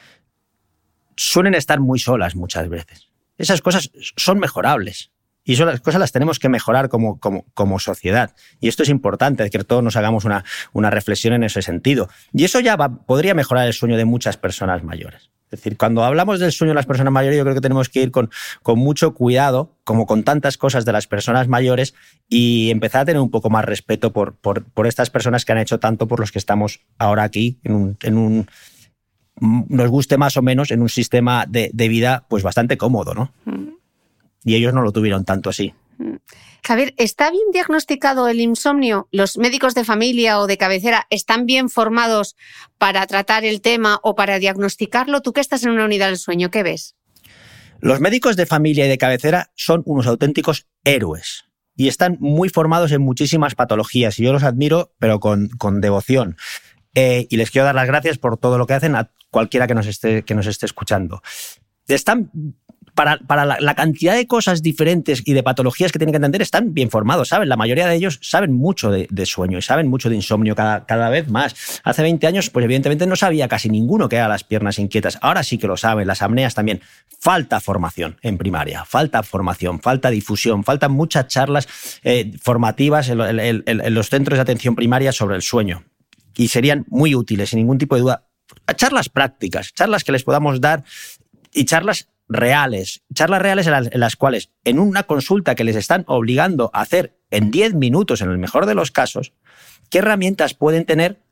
Suelen estar muy solas muchas veces. Esas cosas son mejorables y esas cosas las tenemos que mejorar como, como, como sociedad. Y esto es importante, que todos nos hagamos una, una reflexión en ese sentido. Y eso ya va, podría mejorar el sueño de muchas personas mayores. Es decir, cuando hablamos del sueño de las personas mayores, yo creo que tenemos que ir con, con mucho cuidado, como con tantas cosas de las personas mayores, y empezar a tener un poco más respeto por, por, por estas personas que han hecho tanto por los que estamos ahora aquí en un... En un nos guste más o menos, en un sistema de, de vida pues bastante cómodo, ¿no? Mm. Y ellos no lo tuvieron tanto así.
Mm. Javier, ¿está bien diagnosticado el insomnio? ¿Los médicos de familia o de cabecera están bien formados para tratar el tema o para diagnosticarlo? Tú que estás en una unidad del sueño, ¿qué ves?
Los médicos de familia y de cabecera son unos auténticos héroes y están muy formados en muchísimas patologías y yo los admiro, pero con, con devoción. Eh, y les quiero dar las gracias por todo lo que hacen a cualquiera que nos esté, que nos esté escuchando. Están, para, para la, la cantidad de cosas diferentes y de patologías que tienen que entender, están bien formados, ¿saben? La mayoría de ellos saben mucho de, de sueño y saben mucho de insomnio cada, cada vez más. Hace veinte años, pues evidentemente no sabía casi ninguno que era las piernas inquietas. Ahora sí que lo saben, las apneas también. Falta formación en primaria, falta formación, falta difusión, faltan muchas charlas eh, formativas en, en, en, en los centros de atención primaria sobre el sueño. Y serían muy útiles, sin ningún tipo de duda. Charlas prácticas, charlas que les podamos dar y charlas reales. Charlas reales en las, en las cuales, en una consulta que les están obligando a hacer en diez minutos, en el mejor de los casos, ¿qué herramientas pueden tener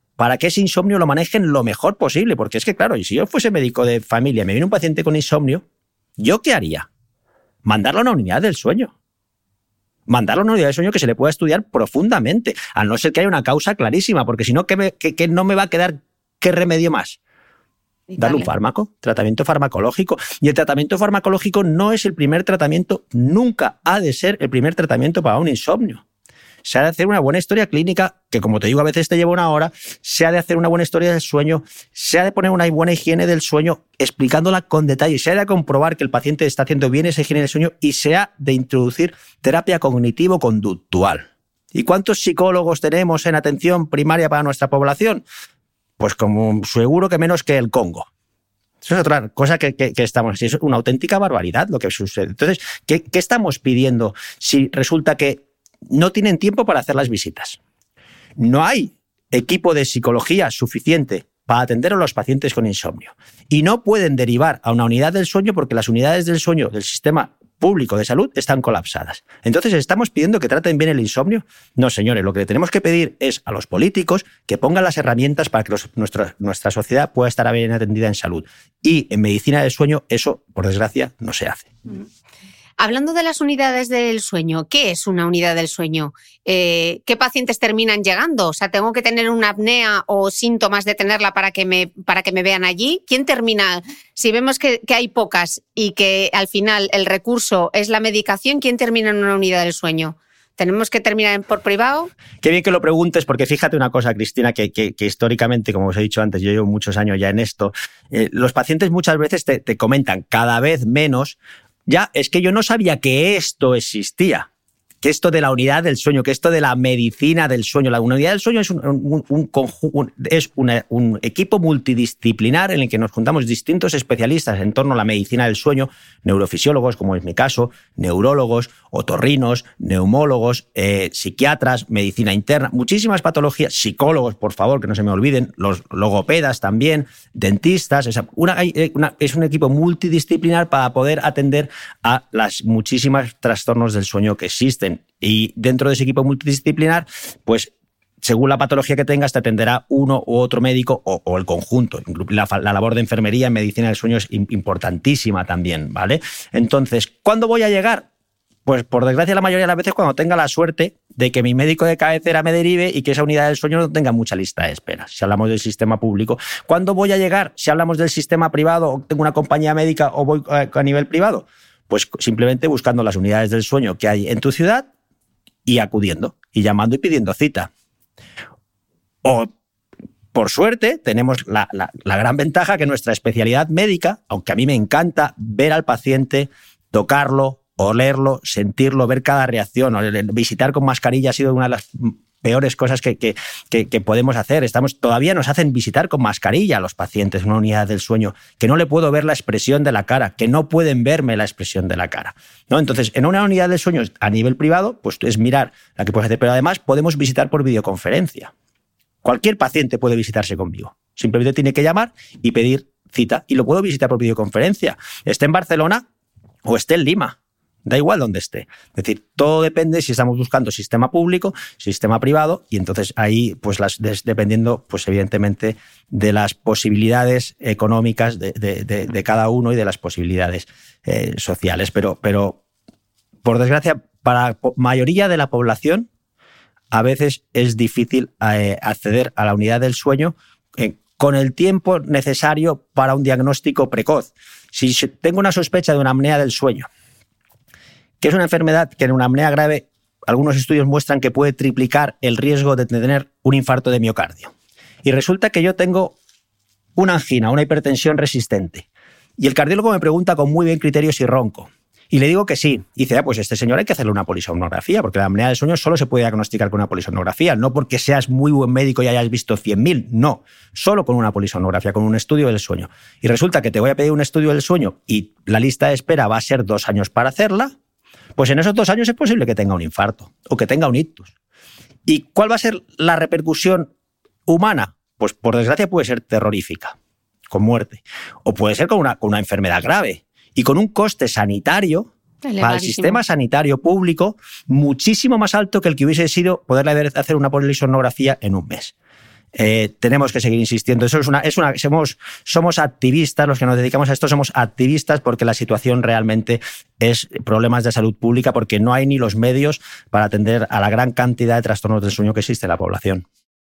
para que ese insomnio lo manejen lo mejor posible. Porque es que, claro, y si yo fuese médico de familia y me viene un paciente con insomnio, ¿yo qué haría? Mandarlo a una unidad del sueño. Mandarlo a una unidad del sueño que se le pueda estudiar profundamente, a no ser que haya una causa clarísima, porque si no, ¿qué, me, qué, qué no me va a quedar? ¿Qué remedio más? Darle un fármaco, tratamiento farmacológico. Y el tratamiento farmacológico no es el primer tratamiento, nunca ha de ser el primer tratamiento para un insomnio. Se ha de hacer una buena historia clínica, que como te digo a veces te lleva una hora, se ha de hacer una buena historia del sueño, se ha de poner una buena higiene del sueño, explicándola con detalle, se ha de comprobar que el paciente está haciendo bien esa higiene del sueño y se ha de introducir terapia cognitivo-conductual. ¿Y cuántos psicólogos tenemos en atención primaria para nuestra población? Pues como seguro que menos que el Congo. Eso es otra cosa que, que, que estamos... Es una auténtica barbaridad lo que sucede. Entonces, ¿qué, qué estamos pidiendo si resulta que no tienen tiempo para hacer las visitas? No hay equipo de psicología suficiente para atender a los pacientes con insomnio. Y no pueden derivar a una unidad del sueño porque las unidades del sueño del sistema público de salud están colapsadas. Entonces, ¿estamos pidiendo que traten bien el insomnio? No, señores, lo que tenemos que pedir es a los políticos que pongan las herramientas para que los, nuestra, nuestra sociedad pueda estar bien atendida en salud. Y en medicina del sueño, eso, por desgracia, no se hace.
Mm. Hablando de las unidades del sueño, ¿qué es una unidad del sueño? Eh, ¿Qué pacientes terminan llegando? O sea, ¿tengo que tener una apnea o síntomas de tenerla para que me, para que me vean allí? ¿Quién termina? Si vemos que, que hay pocas y que al final el recurso es la medicación, ¿quién termina en una unidad del sueño? ¿Tenemos que terminar por privado?
Qué bien que lo preguntes, porque fíjate una cosa, Cristina, que, que, que históricamente, como os he dicho antes, yo llevo muchos años ya en esto, eh, los pacientes muchas veces te, te comentan cada vez menos: ya, es que yo no sabía que esto existía, que esto de la unidad del sueño, que esto de la medicina del sueño. La unidad del sueño es un, un, un, un, es una, un equipo multidisciplinar en el que nos juntamos distintos especialistas en torno a la medicina del sueño, neurofisiólogos, como es mi caso, neurólogos, otorrinos, neumólogos, eh, psiquiatras, medicina interna, muchísimas patologías, psicólogos, por favor, que no se me olviden, los logopedas también, dentistas. Es, una, una, es un equipo multidisciplinar para poder atender a las muchísimas trastornos del sueño que existen. Y dentro de ese equipo multidisciplinar, pues según la patología que tengas, te atenderá uno u otro médico o, o el conjunto. La, la labor de enfermería en medicina del sueño es importantísima también, ¿vale? Entonces, ¿cuándo voy a llegar? Pues por desgracia la mayoría de las veces cuando tenga la suerte de que mi médico de cabecera me derive y que esa unidad del sueño no tenga mucha lista de espera, si hablamos del sistema público. ¿Cuándo voy a llegar? Si hablamos del sistema privado o tengo una compañía médica o voy a nivel privado. Pues simplemente buscando las unidades del sueño que hay en tu ciudad y acudiendo, y llamando y pidiendo cita. O, por suerte, tenemos la, la, la gran ventaja que nuestra especialidad médica, aunque a mí me encanta ver al paciente, tocarlo, olerlo, sentirlo, ver cada reacción. Visitar con mascarilla ha sido una de las peores cosas que, que, que, que podemos hacer. Estamos, todavía nos hacen visitar con mascarilla a los pacientes en una unidad del sueño, que no le puedo ver la expresión de la cara, que no pueden verme la expresión de la cara, ¿no? Entonces, en una unidad del sueño a nivel privado, pues es mirar la que puedes hacer, pero además podemos visitar por videoconferencia. Cualquier paciente puede visitarse conmigo. Simplemente tiene que llamar y pedir cita y lo puedo visitar por videoconferencia. Esté en Barcelona o esté en Lima. Da igual donde esté. Es decir, todo depende si estamos buscando sistema público, sistema privado, y entonces ahí, pues las, des, dependiendo, pues evidentemente, de las posibilidades económicas de, de, de, de cada uno y de las posibilidades eh, sociales. Pero, pero, por desgracia, para la mayoría de la población, a veces es difícil eh, acceder a la unidad del sueño eh, con el tiempo necesario para un diagnóstico precoz. Si tengo una sospecha de una apnea del sueño, que es una enfermedad que en una apnea grave algunos estudios muestran que puede triplicar el riesgo de tener un infarto de miocardio. Y resulta que yo tengo una angina, una hipertensión resistente. Y el cardiólogo me pregunta con muy bien criterio si ronco. Y le digo que sí. Y dice, ah, pues este señor hay que hacerle una polisomnografía, porque la apnea del sueño solo se puede diagnosticar con una polisomnografía, no porque seas muy buen médico y hayas visto cien mil, no, solo con una polisomnografía, con un estudio del sueño. Y resulta que te voy a pedir un estudio del sueño y la lista de espera va a ser dos años para hacerla. Pues en esos dos años es posible que tenga un infarto o que tenga un ictus. ¿Y cuál va a ser la repercusión humana? Pues por desgracia puede ser terrorífica, con muerte. O puede ser con una, con una enfermedad grave y con un coste sanitario para el sistema sanitario público muchísimo más alto que el que hubiese sido poderle hacer una polisomnografía en un mes. Eh, tenemos que seguir insistiendo. Eso es una, es una, somos, somos activistas, los que nos dedicamos a esto somos activistas porque la situación realmente es problemas de salud pública, porque no hay ni los medios para atender a la gran cantidad de trastornos del sueño que existe en la población.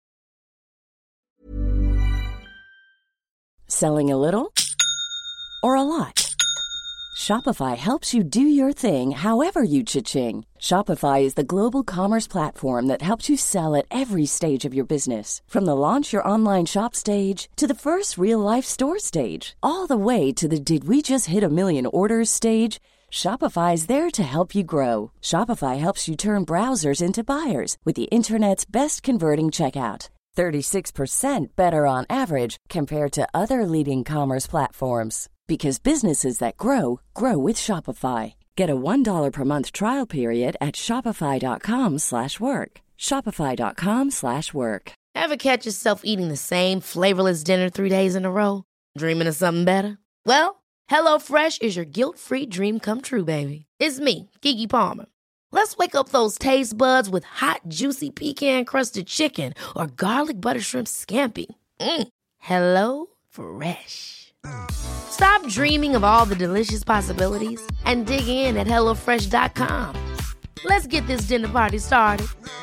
Selling a little or a lot? Shopify helps you do your thing however you cha-ching. Shopify is the global commerce platform that helps you sell at every stage of your business. From the launch your online shop stage to the first real-life store stage, all the way to the did we just hit a million orders stage. Shopify is there to help you grow. Shopify helps you turn browsers into buyers with the internet's best converting checkout. thirty-six percent better on average compared to other leading commerce platforms. Because businesses that grow, grow with Shopify. Get a one dollar per month trial period at shopify.com slash work. Shopify.com slash work.
Ever catch yourself eating the same flavorless dinner three days in a row? Dreaming of something better? Well, HelloFresh is your guilt-free dream come true, baby. It's me, Keke Palmer. Let's wake up those taste buds with hot, juicy pecan-crusted chicken or garlic butter shrimp scampi. Mm. Hello Fresh. Stop dreaming of all the delicious possibilities and dig in at hello fresh dot com. Let's get this dinner party started.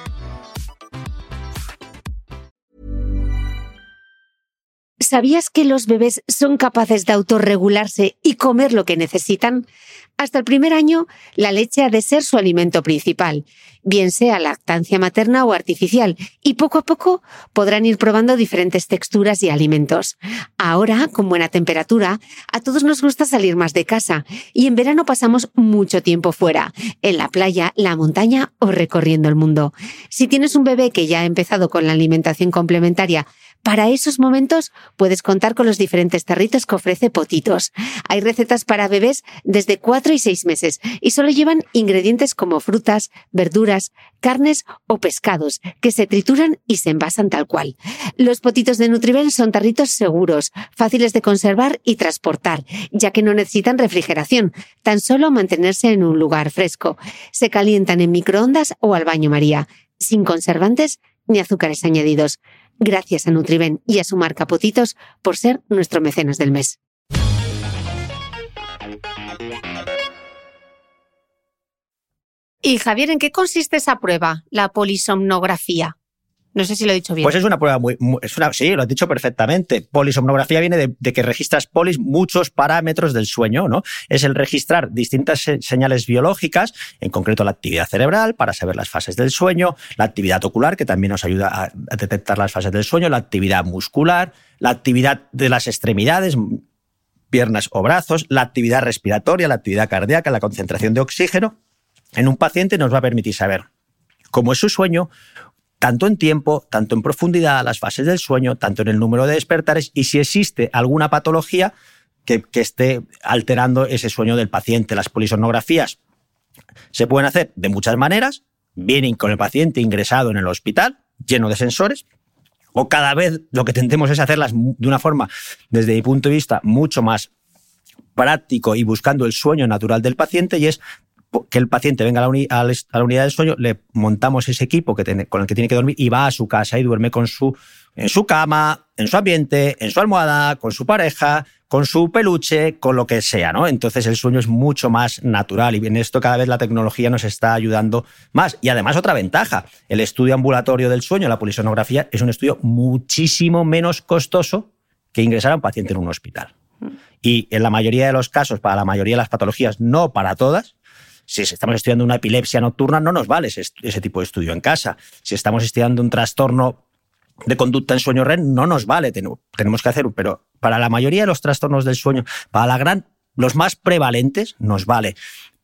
¿Sabías que los bebés son capaces de autorregularse y comer lo que necesitan? Hasta el primer año, la leche ha de ser su alimento principal, bien sea lactancia materna o artificial, y poco a poco podrán ir probando diferentes texturas y alimentos. Ahora, con buena temperatura, a todos nos gusta salir más de casa, y en verano pasamos mucho tiempo fuera, en la playa, la montaña o recorriendo el mundo. Si tienes un bebé que ya ha empezado con la alimentación complementaria, para esos momentos puedes contar con los diferentes tarritos que ofrece Potitos. Hay recetas para bebés desde cuatro y seis meses y solo llevan ingredientes como frutas, verduras, carnes o pescados que se trituran y se envasan tal cual. Los Potitos de Nutriben son tarritos seguros, fáciles de conservar y transportar, ya que no necesitan refrigeración, tan solo mantenerse en un lugar fresco. Se calientan en microondas o al baño María, sin conservantes ni azúcares añadidos. Gracias a Nutriben y a su marca Potitos por ser nuestro mecenas del mes. Y Javier, ¿en qué consiste esa prueba, la polisomnografía? No sé si lo he dicho bien.
Pues es una prueba muy... muy es una, sí, lo has dicho perfectamente. Polisomnografía viene de, de que registras polis, muchos parámetros del sueño, ¿no? Es el registrar distintas se, señales biológicas, en concreto la actividad cerebral, para saber las fases del sueño, la actividad ocular, que también nos ayuda a, a detectar las fases del sueño, la actividad muscular, la actividad de las extremidades, piernas o brazos, la actividad respiratoria, la actividad cardíaca, la concentración de oxígeno. En un paciente nos va a permitir saber cómo es su sueño, tanto en tiempo, tanto en profundidad, las fases del sueño, tanto en el número de despertares y si existe alguna patología que, que esté alterando ese sueño del paciente. Las polisomnografías se pueden hacer de muchas maneras, bien con el paciente ingresado en el hospital, lleno de sensores, o cada vez lo que tentemos es hacerlas de una forma, desde mi punto de vista, mucho más práctico y buscando el sueño natural del paciente, y es que el paciente venga a la, uni, a la unidad del sueño, le montamos ese equipo que tiene, con el que tiene que dormir y va a su casa y duerme con su, en su cama, en su ambiente, en su almohada, con su pareja, con su peluche, con lo que sea, ¿no? Entonces el sueño es mucho más natural y en esto cada vez la tecnología nos está ayudando más. Y además otra ventaja, el estudio ambulatorio del sueño, la polisomnografía, es un estudio muchísimo menos costoso que ingresar a un paciente en un hospital. Y en la mayoría de los casos, para la mayoría de las patologías, no para todas. Si estamos estudiando una epilepsia nocturna, no nos vale ese, ese tipo de estudio en casa. Si estamos estudiando un trastorno de conducta en sueño R E M, no nos vale. Tenemos que hacer, pero para la mayoría de los trastornos del sueño, para la gran, los más prevalentes, nos vale.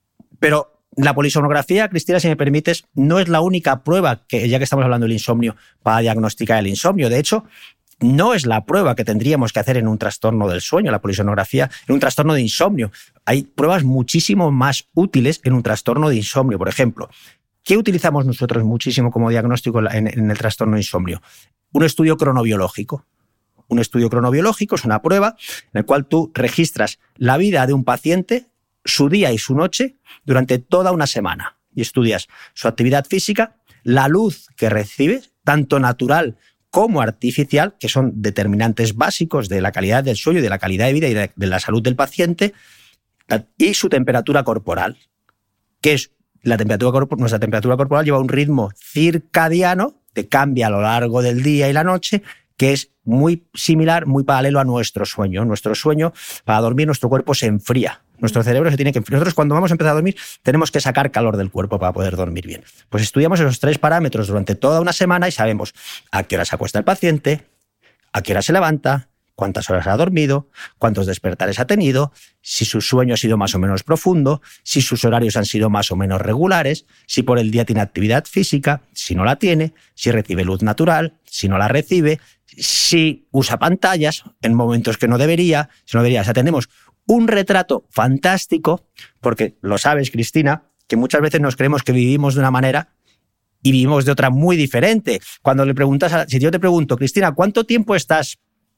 Pero la polisomnografía, Cristina, si me permites, no es la única prueba, que ya que estamos hablando del insomnio, para diagnosticar el insomnio. De hecho, no es la prueba que tendríamos que hacer en un trastorno del sueño, la polisomnografía, en un trastorno de insomnio. Hay pruebas muchísimo más útiles en un trastorno de insomnio. Por ejemplo, ¿qué utilizamos nosotros muchísimo como diagnóstico en, en el trastorno de insomnio? Un estudio cronobiológico. Un estudio cronobiológico es una prueba en la cual tú registras la vida de un paciente, su día y su noche, durante toda una semana. Y estudias su actividad física, la luz que recibe, tanto natural como artificial, que son determinantes básicos de la calidad del sueño, de la calidad de vida y de la salud del paciente, y su temperatura corporal, que es la temperatura corporal. Nuestra temperatura corporal lleva un ritmo circadiano que cambia a lo largo del día y la noche, que es muy similar, muy paralelo a nuestro sueño. Nuestro sueño, para dormir, nuestro cuerpo se enfría. Nuestro cerebro se tiene que enfriar. Nosotros, cuando vamos a empezar a dormir, tenemos que sacar calor del cuerpo para poder dormir bien. Pues estudiamos esos tres parámetros durante toda una semana y sabemos a qué hora se acuesta el paciente, a qué hora se levanta, cuántas horas ha dormido, cuántos despertares ha tenido, si su sueño ha sido más o menos profundo, si sus horarios han sido más o menos regulares, si por el día tiene actividad física, si no la tiene, si recibe luz natural, si no la recibe, si usa pantallas en momentos que no debería, si no debería. O sea, tenemos un retrato fantástico, porque lo sabes, Cristina, que muchas veces nos creemos que vivimos de una manera y vivimos de otra muy diferente. Cuando le preguntas, a, si yo te pregunto, Cristina, ¿cuánto tiempo estás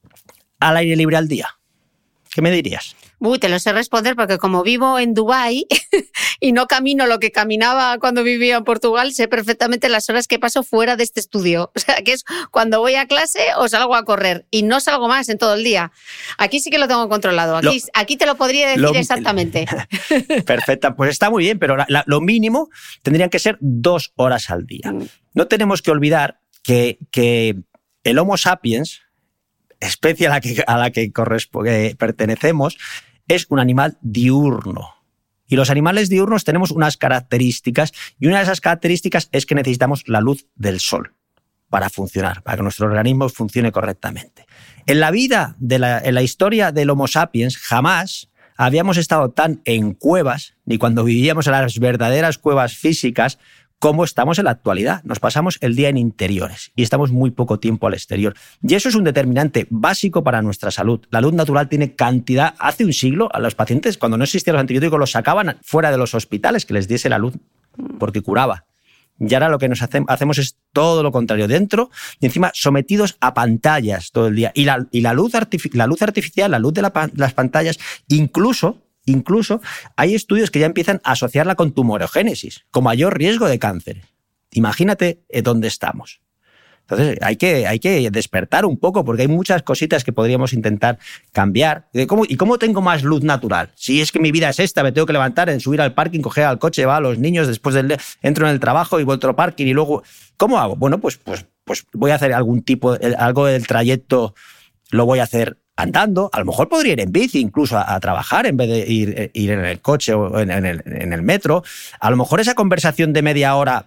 al aire libre al día? ¿Qué me dirías?
Uy, te lo sé responder porque como vivo en Dubái y no camino lo que caminaba cuando vivía en Portugal, sé perfectamente las horas que paso fuera de este estudio. O sea, que es cuando voy a clase o salgo a correr y no salgo más en todo el día. Aquí sí que lo tengo controlado. Aquí, lo, aquí te lo podría decir lo, exactamente.
Perfecta, pues está muy bien, pero la, la, lo mínimo tendrían que ser dos horas al día. Mm. No tenemos que olvidar que, que el Homo sapiens, especie a la que, a la que, que pertenecemos, es un animal diurno. Y los animales diurnos tenemos unas características, y una de esas características es que necesitamos la luz del sol para funcionar, para que nuestro organismo funcione correctamente. En la vida, de la, en la historia del Homo sapiens, jamás habíamos estado tan en cuevas, ni cuando vivíamos en las verdaderas cuevas físicas, como estamos en la actualidad. Nos pasamos el día en interiores y estamos muy poco tiempo al exterior. Y eso es un determinante básico para nuestra salud. La luz natural tiene cantidad. Hace un siglo a los pacientes, cuando no existían los antibióticos, los sacaban fuera de los hospitales, que les diese la luz, porque curaba. Y ahora lo que nos hace, hacemos es todo lo contrario, dentro y encima sometidos a pantallas todo el día. Y la, y la, luz, artific- la luz artificial, la luz de la, las pantallas, incluso... Incluso hay estudios que ya empiezan a asociarla con tumorogénesis, con mayor riesgo de cáncer. Imagínate dónde estamos. Entonces hay que, hay que despertar un poco porque hay muchas cositas que podríamos intentar cambiar. ¿Cómo, ¿Y cómo tengo más luz natural? Si es que mi vida es esta, me tengo que levantar, en subir al parking, coger al coche, va a los niños, después del, entro en el trabajo y vuelvo al parking y luego... ¿Cómo hago? Bueno, pues, pues, pues voy a hacer algún tipo, algo del trayecto lo voy a hacer andando, a lo mejor podría ir en bici incluso a, a trabajar en vez de ir, ir en el coche o en, en, el, en el metro. A lo mejor esa conversación de media hora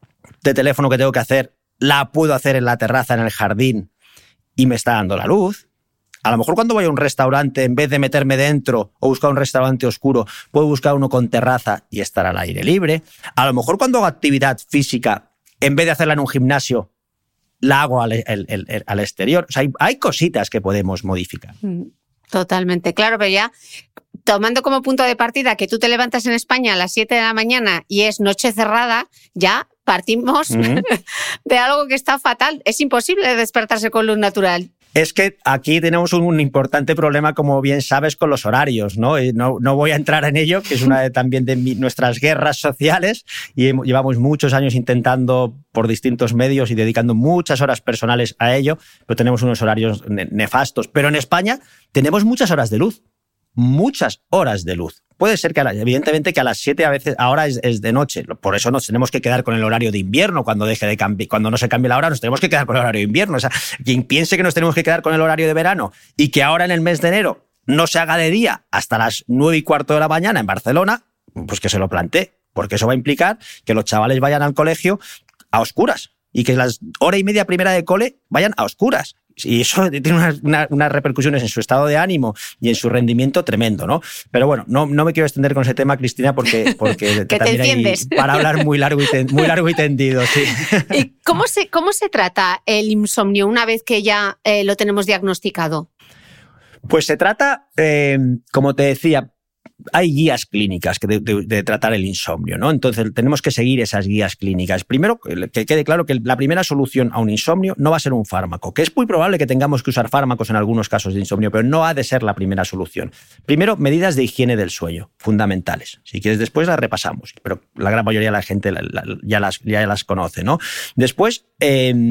de teléfono que tengo que hacer la puedo hacer en la terraza, en el jardín y me está dando la luz. A lo mejor cuando voy a un restaurante, en vez de meterme dentro o buscar un restaurante oscuro, puedo buscar uno con terraza y estar al aire libre. A lo mejor cuando hago actividad física, en vez de hacerla en un gimnasio, la hago al, el, el, el, al exterior. O sea, hay, hay cositas que podemos modificar.
Totalmente, claro, pero ya tomando como punto de partida que tú te levantas en España a las siete de la mañana y es noche cerrada, ya partimos uh-huh. de algo que está fatal. Es imposible despertarse con luz natural.
Es que aquí tenemos un importante problema, como bien sabes, con los horarios, ¿no? No, no voy a entrar en ello, que es una de, también de mi, nuestras guerras sociales, y llevamos muchos años intentando por distintos medios y dedicando muchas horas personales a ello, pero tenemos unos horarios nefastos. Pero en España tenemos muchas horas de luz, muchas horas de luz. Puede ser que, evidentemente, que a las siete a veces, ahora es, es de noche. Por eso nos tenemos que quedar con el horario de invierno. Cuando deje de cambiar, cuando no se cambie la hora, nos tenemos que quedar con el horario de invierno. O sea, quien piense que nos tenemos que quedar con el horario de verano y que ahora en el mes de enero no se haga de día hasta las nueve y cuarto de la mañana en Barcelona, pues que se lo plantee. Porque eso va a implicar que los chavales vayan al colegio a oscuras y que las hora y media primera de cole vayan a oscuras. Y eso tiene unas, una, unas repercusiones en su estado de ánimo y en su rendimiento tremendo, ¿no? Pero bueno, no, no me quiero extender con ese tema, Cristina, porque, porque
que también te hay
para hablar muy largo y, ten, muy largo y tendido. Sí.
¿Y cómo se, cómo se trata el insomnio una vez que ya eh, lo tenemos diagnosticado?
Pues se trata, eh, como te decía, hay guías clínicas de, de, de tratar el insomnio, ¿no? Entonces tenemos que seguir esas guías clínicas. Primero, que quede claro que la primera solución a un insomnio no va a ser un fármaco, que es muy probable que tengamos que usar fármacos en algunos casos de insomnio, pero no ha de ser la primera solución. Primero, medidas de higiene del sueño, fundamentales. Si quieres, después las repasamos, pero la gran mayoría de la gente la, la, ya, las, ya las conoce, ¿no? Después, eh,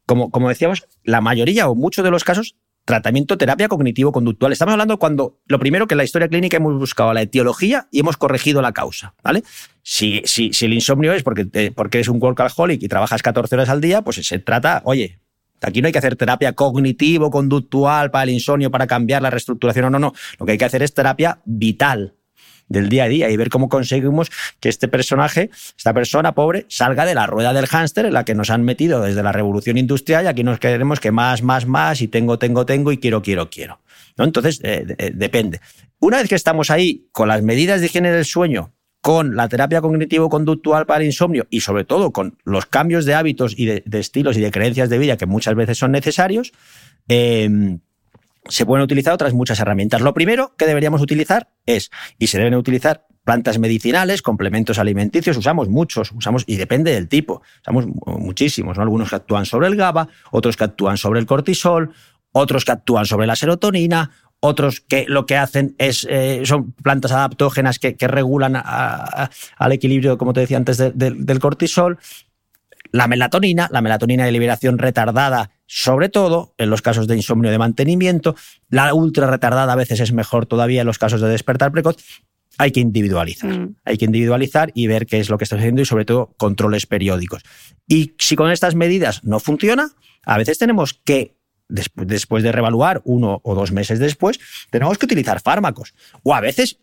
como, como decíamos, la mayoría o muchos de los casos, tratamiento, terapia cognitivo-conductual. Estamos hablando cuando, lo primero que en la historia clínica hemos buscado la etiología y hemos corregido la causa, ¿vale? Si, si, si el insomnio es porque, te, porque eres un workaholic y trabajas catorce horas al día, pues se trata, oye, aquí no hay que hacer terapia cognitivo-conductual para el insomnio, para cambiar la reestructuración, no, no, no. Lo que hay que hacer es terapia vital del día a día y ver cómo conseguimos que este personaje, esta persona pobre, salga de la rueda del hámster en la que nos han metido desde la revolución industrial y aquí nos queremos que más, más, más y tengo, tengo, tengo y quiero, quiero, quiero, ¿no? Entonces, eh, eh, depende. Una vez que estamos ahí con las medidas de higiene del sueño, con la terapia cognitivo-conductual para el insomnio y sobre todo con los cambios de hábitos y de, de estilos y de creencias de vida que muchas veces son necesarios, eh, se pueden utilizar otras muchas herramientas. Lo primero que deberíamos utilizar es, y se deben utilizar, plantas medicinales, complementos alimenticios, usamos muchos, usamos y depende del tipo, usamos muchísimos, ¿no? Algunos que actúan sobre el GABA, otros que actúan sobre el cortisol, otros que actúan sobre la serotonina, otros que lo que hacen es eh, son plantas adaptógenas que, que regulan a, a, al equilibrio, como te decía antes, de, de, del cortisol. La melatonina, la melatonina de liberación retardada, sobre todo en los casos de insomnio de mantenimiento. La ultra retardada a veces es mejor todavía en los casos de despertar precoz. Hay que individualizar. Mm. Hay que individualizar y ver qué es lo que está haciendo y sobre todo controles periódicos. Y si con estas medidas no funciona, a veces tenemos que, después de reevaluar uno o dos meses después, tenemos que utilizar fármacos. O a veces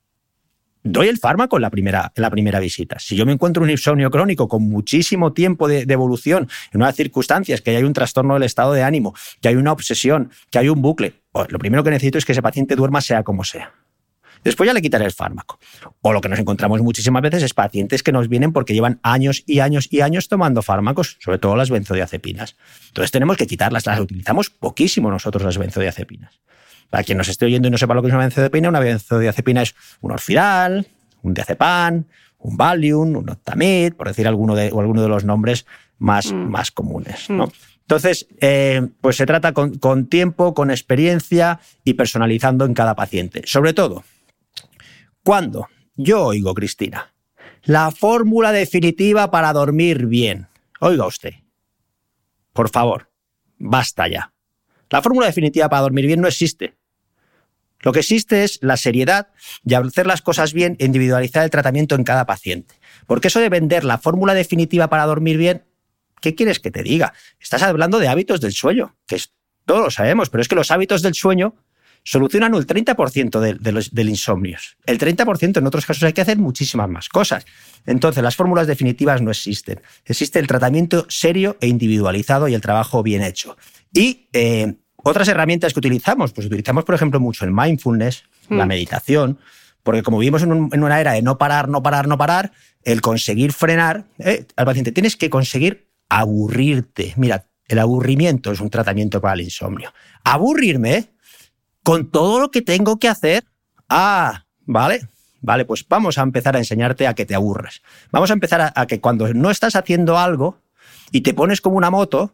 doy el fármaco en la primera, en la primera visita. Si yo me encuentro un insomnio crónico con muchísimo tiempo de, de evolución, en unas circunstancias que hay un trastorno del estado de ánimo, que hay una obsesión, que hay un bucle, lo primero que necesito es que ese paciente duerma sea como sea. Después ya le quitaré el fármaco. O lo que nos encontramos muchísimas veces es pacientes que nos vienen porque llevan años y años y años tomando fármacos, sobre todo las benzodiazepinas. Entonces tenemos que quitarlas. Las utilizamos poquísimo nosotros, las benzodiazepinas. Para quien nos esté oyendo y no sepa lo que es una benzodiazepina, una benzodiazepina es un Orfidal, un diazepam, un Valium, un Octamid, por decir alguno de, o alguno de los nombres más, mm. más comunes, ¿no? Mm. Entonces, eh, pues se trata con, con tiempo, con experiencia y personalizando en cada paciente. Sobre todo, cuando yo oigo, Cristina, la fórmula definitiva para dormir bien, oiga usted, por favor, basta ya. La fórmula definitiva para dormir bien no existe. Lo que existe es la seriedad y hacer las cosas bien e individualizar el tratamiento en cada paciente. Porque eso de vender la fórmula definitiva para dormir bien, ¿qué quieres que te diga? Estás hablando de hábitos del sueño, que es, todos lo sabemos, pero es que los hábitos del sueño solucionan el treinta por ciento de, de los, del insomnio. El treinta por ciento en otros casos hay que hacer muchísimas más cosas. Entonces, las fórmulas definitivas no existen. Existe el tratamiento serio e individualizado y el trabajo bien hecho. Y eh, otras herramientas que utilizamos, pues utilizamos, por ejemplo, mucho el mindfulness, mm. la meditación, porque como vivimos en, un, en una era de no parar, no parar, no parar, el conseguir frenar eh, al paciente, tienes que conseguir aburrirte. Mira, el aburrimiento es un tratamiento para el insomnio. Aburrirme, ¿eh? Con todo lo que tengo que hacer. Ah, vale, vale, pues vamos a empezar a enseñarte a que te aburres. Vamos a empezar a, a que cuando no estás haciendo algo y te pones como una moto,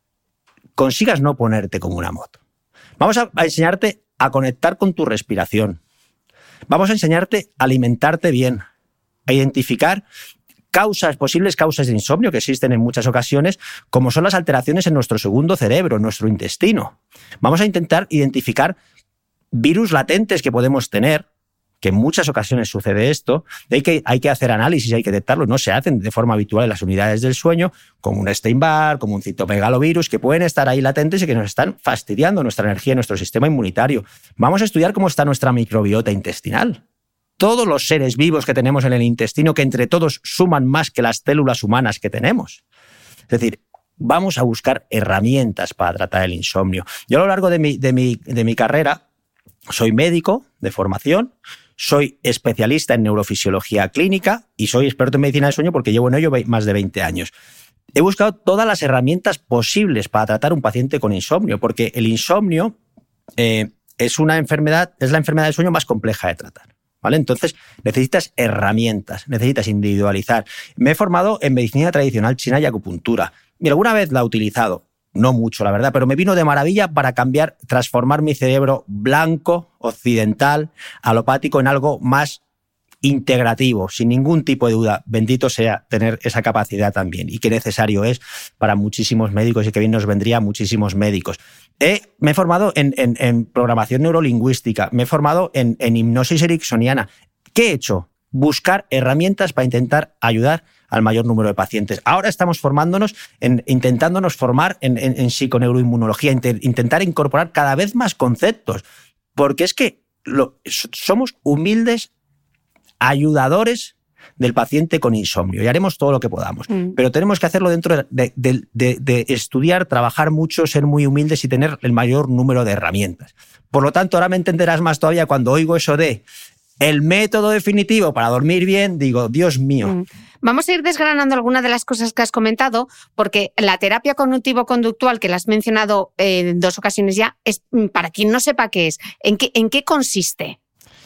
consigas no ponerte como una moto. Vamos a, a enseñarte a conectar con tu respiración. Vamos a enseñarte a alimentarte bien, a identificar causas, posibles causas de insomnio que existen en muchas ocasiones, como son las alteraciones en nuestro segundo cerebro, en nuestro intestino. Vamos a intentar identificar virus latentes que podemos tener, que en muchas ocasiones sucede esto, hay que, hay que hacer análisis, hay que detectarlos, no se hacen de forma habitual en las unidades del sueño, como un Epstein-Barr, como un citomegalovirus, que pueden estar ahí latentes y que nos están fastidiando nuestra energía, nuestro sistema inmunitario. Vamos a estudiar cómo está nuestra microbiota intestinal. Todos los seres vivos que tenemos en el intestino, que entre todos suman más que las células humanas que tenemos. Es decir, vamos a buscar herramientas para tratar el insomnio. Yo a lo largo de mi, de mi, de mi carrera soy médico de formación, soy especialista en neurofisiología clínica y soy experto en medicina del sueño porque llevo en ello más de veinte años. He buscado todas las herramientas posibles para tratar a un paciente con insomnio, porque el insomnio eh, es una enfermedad, es la enfermedad del sueño más compleja de tratar. ¿Vale? Entonces necesitas herramientas, necesitas individualizar. Me he formado en medicina tradicional china y acupuntura. Y alguna vez la he utilizado, no mucho la verdad, pero me vino de maravilla para cambiar, transformar mi cerebro blanco, occidental, alopático en algo más integrativo, sin ningún tipo de duda. Bendito sea tener esa capacidad también y qué necesario es para muchísimos médicos y que bien nos vendría a muchísimos médicos. Eh, me he formado en, en, en programación neurolingüística, me he formado en, en hipnosis ericksoniana. ¿Qué he hecho? Buscar herramientas para intentar ayudar al mayor número de pacientes. Ahora estamos formándonos, en, intentándonos formar en, en, en psiconeuroinmunología, inter, intentar incorporar cada vez más conceptos, porque es que lo, somos humildes ayudadores del paciente con insomnio y haremos todo lo que podamos, mm. pero tenemos que hacerlo dentro de, de, de, de estudiar, trabajar mucho, ser muy humildes y tener el mayor número de herramientas. Por lo tanto, ahora me entenderás más todavía cuando oigo eso de el método definitivo para dormir bien, digo, Dios mío. Mm.
Vamos a ir desgranando algunas de las cosas que has comentado, porque la terapia cognitivo-conductual, que la has mencionado en dos ocasiones ya, es, para quien no sepa qué es, ¿en qué, en qué consiste?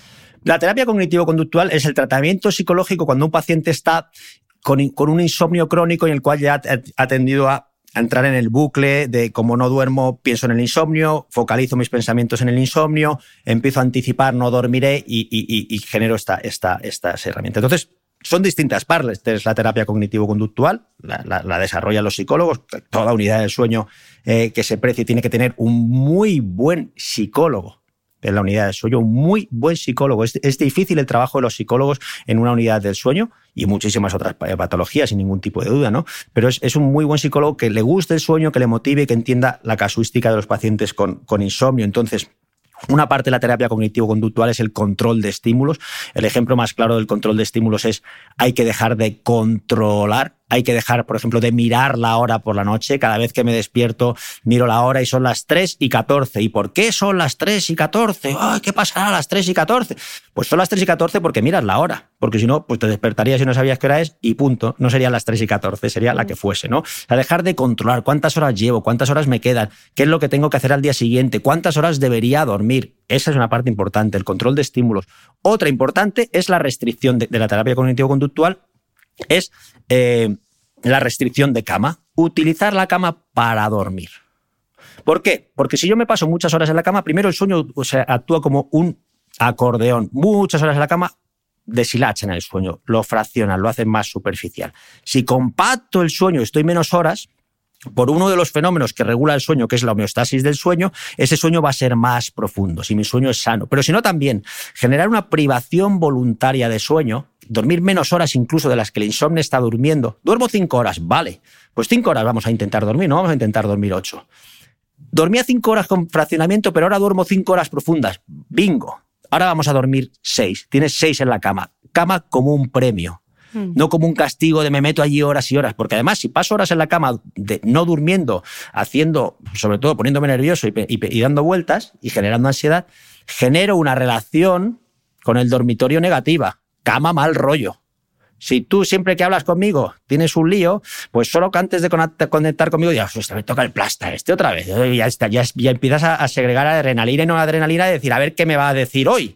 La terapia cognitivo-conductual es el tratamiento psicológico cuando un paciente está con, con un insomnio crónico en el cual ya ha tendido a, a entrar en el bucle de como no duermo, pienso en el insomnio, focalizo mis pensamientos en el insomnio, empiezo a anticipar, no dormiré y, y, y genero esta, esta, estas herramientas. Entonces, son distintas partes. Es la terapia cognitivo-conductual, la, la, la desarrollan los psicólogos. Toda unidad del sueño eh, que se precie tiene que tener un muy buen psicólogo. En la unidad del sueño, un muy buen psicólogo. Es, es difícil el trabajo de los psicólogos en una unidad del sueño y muchísimas otras patologías, sin ningún tipo de duda, ¿no? Pero es, es un muy buen psicólogo que le guste el sueño, que le motive y que entienda la casuística de los pacientes con, con insomnio. Entonces, una parte de la terapia cognitivo-conductual es el control de estímulos. El ejemplo más claro del control de estímulos es hay que dejar de controlar. Hay que dejar, por ejemplo, de mirar la hora por la noche. Cada vez que me despierto, miro la hora y son las tres y catorce. ¿Y por qué son las tres y catorce? ¡Ay, qué pasará a las tres y catorce! Pues son las tres y catorce porque miras la hora. Porque si no, pues te despertarías y no sabías qué hora es y punto. No serían las tres y catorce, sería la que fuese, ¿no? O sea, dejar de controlar cuántas horas llevo, cuántas horas me quedan, qué es lo que tengo que hacer al día siguiente, cuántas horas debería dormir. Esa es una parte importante, el control de estímulos. Otra importante es la restricción de, de la terapia cognitivo-conductual. Es eh, la restricción de cama. Utilizar la cama para dormir. ¿Por qué? Porque si yo me paso muchas horas en la cama, primero el sueño o sea, actúa como un acordeón. Muchas horas en la cama deshilachan el sueño, lo fraccionan, lo hacen más superficial. Si compacto el sueño y estoy menos horas, por uno de los fenómenos que regula el sueño, que es la homeostasis del sueño, ese sueño va a ser más profundo, si mi sueño es sano. Pero si no, también generar una privación voluntaria de sueño, dormir menos horas incluso de las que el insomnio está durmiendo. Duermo cinco horas, vale, pues cinco horas vamos a intentar dormir, no vamos a intentar dormir ocho. Dormía cinco horas con fraccionamiento, pero ahora duermo cinco horas profundas. Bingo. Ahora vamos a dormir seis. Tienes seis en la cama. Cama como un premio. No como un castigo de me meto allí horas y horas, porque además si paso horas en la cama de no durmiendo, haciendo, sobre todo poniéndome nervioso y, y, y dando vueltas y generando ansiedad, genero una relación con el dormitorio negativa. Cama mal rollo. Si tú siempre que hablas conmigo tienes un lío, pues solo que antes de conectar conmigo digas, hostia, me toca el plasta este otra vez. Ya, está, ya, ya empiezas a, a segregar adrenalina y no adrenalina y decir, a ver qué me va a decir hoy.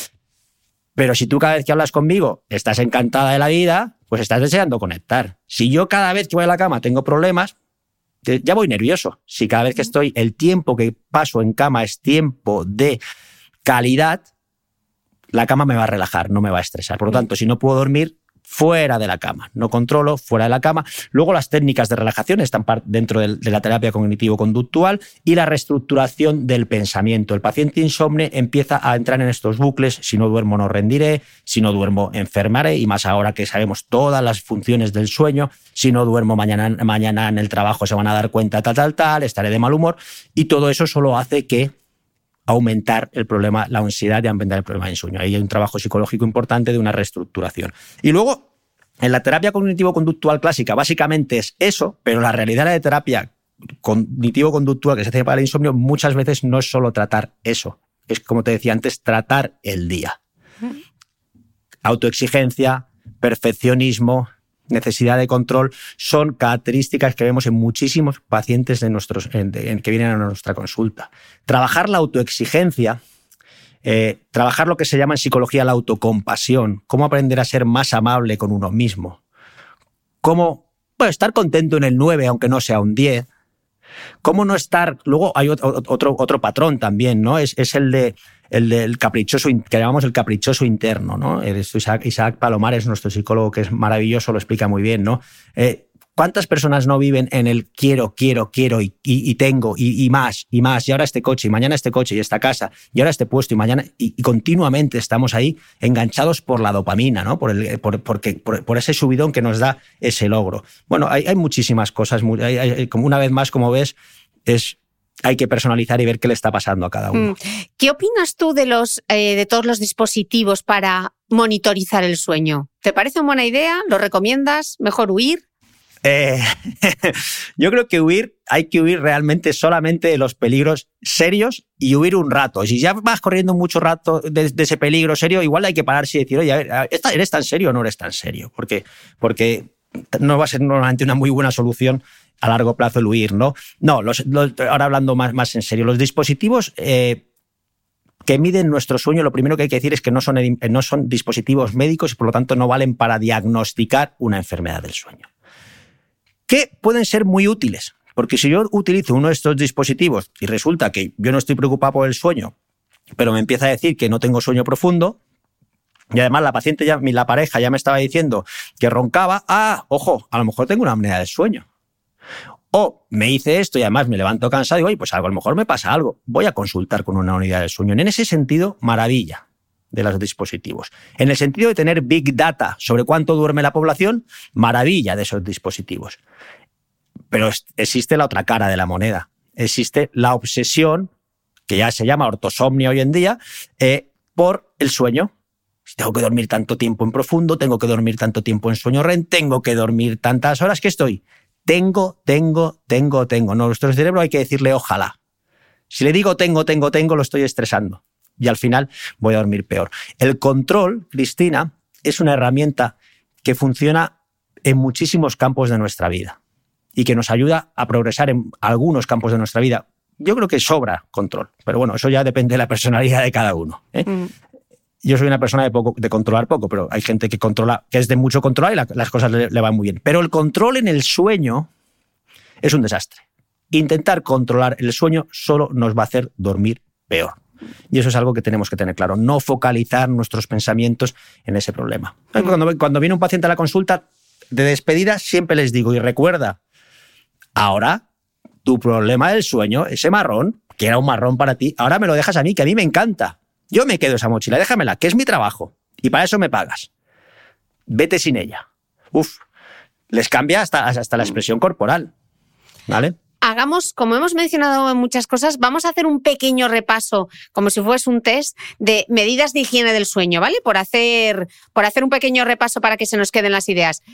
Pero si tú cada vez que hablas conmigo estás encantada de la vida, pues estás deseando conectar. Si yo cada vez que voy a la cama tengo problemas, ya voy nervioso. Si cada vez que estoy, el tiempo que paso en cama es tiempo de calidad, la cama me va a relajar, no me va a estresar. Por lo tanto, si no puedo dormir, fuera de la cama. No controlo, fuera de la cama. Luego las técnicas de relajación están dentro de la terapia cognitivo-conductual y la reestructuración del pensamiento. El paciente insomne empieza a entrar en estos bucles. Si no duermo no rendiré, si no duermo enfermaré, y más ahora que sabemos todas las funciones del sueño. Si no duermo mañana, mañana en el trabajo se van a dar cuenta tal, tal, tal, estaré de mal humor, y todo eso solo hace que aumentar el problema, la ansiedad y aumentar el problema de insomnio. Ahí hay un trabajo psicológico importante de una reestructuración. Y luego, en la terapia cognitivo-conductual clásica, básicamente es eso, pero la realidad de la terapia cognitivo-conductual que se hace para el insomnio muchas veces no es solo tratar eso. Es, como te decía antes, tratar el día. Autoexigencia, perfeccionismo, necesidad de control, son características que vemos en muchísimos pacientes de nuestros, en, de, en, que vienen a nuestra consulta. Trabajar la autoexigencia, eh, trabajar lo que se llama en psicología la autocompasión, cómo aprender a ser más amable con uno mismo, cómo pues, estar contento en el nueve aunque no sea un diez, cómo no estar... Luego hay otro, otro, otro patrón también, ¿no? Es, es el de el, el caprichoso, que llamamos el caprichoso interno, ¿no? Isaac, Isaac Palomares, nuestro psicólogo, que es maravilloso, lo explica muy bien, ¿no? Eh, ¿Cuántas personas no viven en el quiero, quiero, quiero y, y, y tengo y, y más, y más, y ahora este coche, y mañana este coche, y esta casa, y ahora este puesto, y mañana, y, y continuamente estamos ahí enganchados por la dopamina, ¿no? Por, el, por, porque, por, por ese subidón que nos da ese logro. Bueno, hay, hay muchísimas cosas, hay, hay, como una vez más, como ves, es... hay que personalizar y ver qué le está pasando a cada uno.
¿Qué opinas tú de, los, eh, de todos los dispositivos para monitorizar el sueño? ¿Te parece una buena idea? ¿Lo recomiendas? ¿Mejor huir?
Eh, yo creo que huir, hay que huir realmente solamente de los peligros serios y huir un rato. Si ya vas corriendo mucho rato de, de ese peligro serio, igual hay que pararse y decir, oye, a ver, ¿eres tan serio o no eres tan serio? Porque, porque no va a ser normalmente una muy buena solución a largo plazo el huir, ¿no? No, los, los, ahora hablando más, más en serio, los dispositivos eh, que miden nuestro sueño, lo primero que hay que decir es que no son, no son dispositivos médicos y por lo tanto no valen para diagnosticar una enfermedad del sueño. Que pueden ser muy útiles, porque si yo utilizo uno de estos dispositivos y resulta que yo no estoy preocupado por el sueño, pero me empieza a decir que no tengo sueño profundo, y además la paciente, ya, la pareja ya me estaba diciendo que roncaba, ah, ojo, a lo mejor tengo una apnea del sueño. O me hice esto y además me levanto cansado y digo, oye, pues algo, a lo mejor me pasa algo, voy a consultar con una unidad del sueño. En ese sentido, maravilla de los dispositivos. En el sentido de tener big data sobre cuánto duerme la población, maravilla de esos dispositivos. Pero existe la otra cara de la moneda. Existe la obsesión, que ya se llama ortosomnia hoy en día, eh, por el sueño. Tengo que dormir tanto tiempo en profundo, tengo que dormir tanto tiempo en sueño R E M, tengo que dormir tantas horas que estoy. Tengo, tengo, tengo, tengo. No, nuestro cerebro hay que decirle ojalá. Si le digo tengo, tengo, tengo, lo estoy estresando. Y al final voy a dormir peor. El control, Cristina, es una herramienta que funciona en muchísimos campos de nuestra vida y que nos ayuda a progresar en algunos campos de nuestra vida. Yo creo que sobra control, pero bueno, eso ya depende de la personalidad de cada uno, ¿eh? Mm. Yo soy una persona de, poco, de controlar poco, pero hay gente que controla, que es de mucho controlar y la, las cosas le, le van muy bien. Pero el control en el sueño es un desastre. Intentar controlar el sueño solo nos va a hacer dormir peor. Y eso es algo que tenemos que tener claro. No focalizar nuestros pensamientos en ese problema. Cuando, cuando viene un paciente a la consulta de despedida, siempre les digo, y recuerda, ahora tu problema del sueño, ese marrón, que era un marrón para ti, ahora me lo dejas a mí, que a mí me encanta. Yo me quedo esa mochila, déjamela, que es mi trabajo. Y para eso me pagas. Vete sin ella. Uf, les cambia hasta, hasta la expresión corporal. ¿Vale?
Hagamos, como hemos mencionado en muchas cosas, vamos a hacer un pequeño repaso, como si fuese un test, de medidas de higiene del sueño, ¿vale? Por hacer, por hacer un pequeño repaso para que se nos queden las ideas.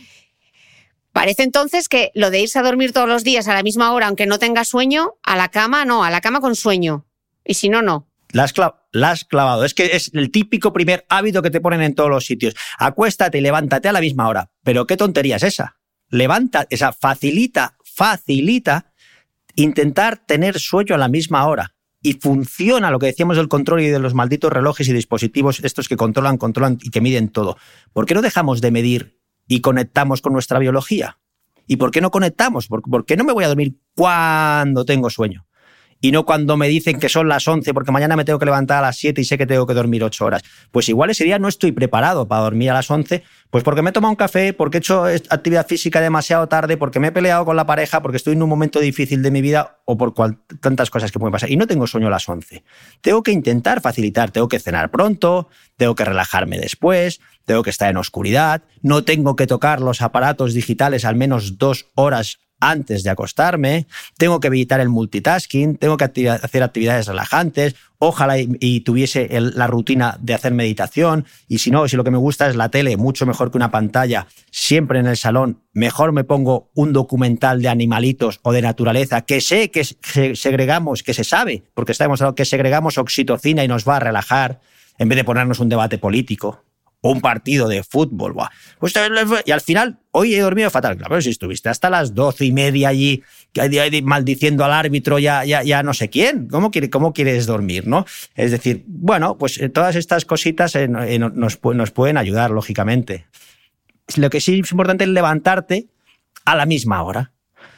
Parece entonces que lo de irse a dormir todos los días a la misma hora, aunque no tenga sueño, a la cama no, a la cama con sueño. Y si no, no.
La has, clav- la has clavado. Es que es el típico primer hábito que te ponen en todos los sitios. Acuéstate y levántate a la misma hora. Pero qué tontería es esa. Levanta, esa facilita, facilita intentar tener sueño a la misma hora. Y funciona lo que decíamos del control y de los malditos relojes y dispositivos estos que controlan, controlan y que miden todo. ¿Por qué no dejamos de medir y conectamos con nuestra biología? ¿Y por qué no conectamos? ¿Por, por qué no me voy a dormir cuando tengo sueño? Y no cuando me dicen que son las once porque mañana me tengo que levantar a las siete y sé que tengo que dormir ocho horas. Pues igual ese día no estoy preparado para dormir a las once, pues porque me he tomado un café, porque he hecho actividad física demasiado tarde, porque me he peleado con la pareja, porque estoy en un momento difícil de mi vida o por cual, tantas cosas que pueden pasar. Y no tengo sueño a las once. Tengo que intentar facilitar, tengo que cenar pronto, tengo que relajarme después, tengo que estar en oscuridad, no tengo que tocar los aparatos digitales al menos dos horas antes de acostarme, tengo que evitar el multitasking, tengo que actividad, hacer actividades relajantes, ojalá y, y tuviese el, la rutina de hacer meditación, y si no, si lo que me gusta es la tele, mucho mejor que una pantalla, siempre en el salón, mejor me pongo un documental de animalitos o de naturaleza, que sé que segregamos, que se sabe, porque está demostrado que segregamos oxitocina y nos va a relajar, en vez de ponernos un debate político o un partido de fútbol. Buah. Pues, y al final, hoy he dormido fatal. Claro, pero si estuviste hasta las doce y media allí maldiciendo al árbitro, ya, ya, ya no sé quién. ¿Cómo, quiere, ¿Cómo quieres dormir, no? Es decir, bueno, pues todas estas cositas eh, eh, nos, nos pueden ayudar, lógicamente. Lo que sí es importante es levantarte a la misma hora.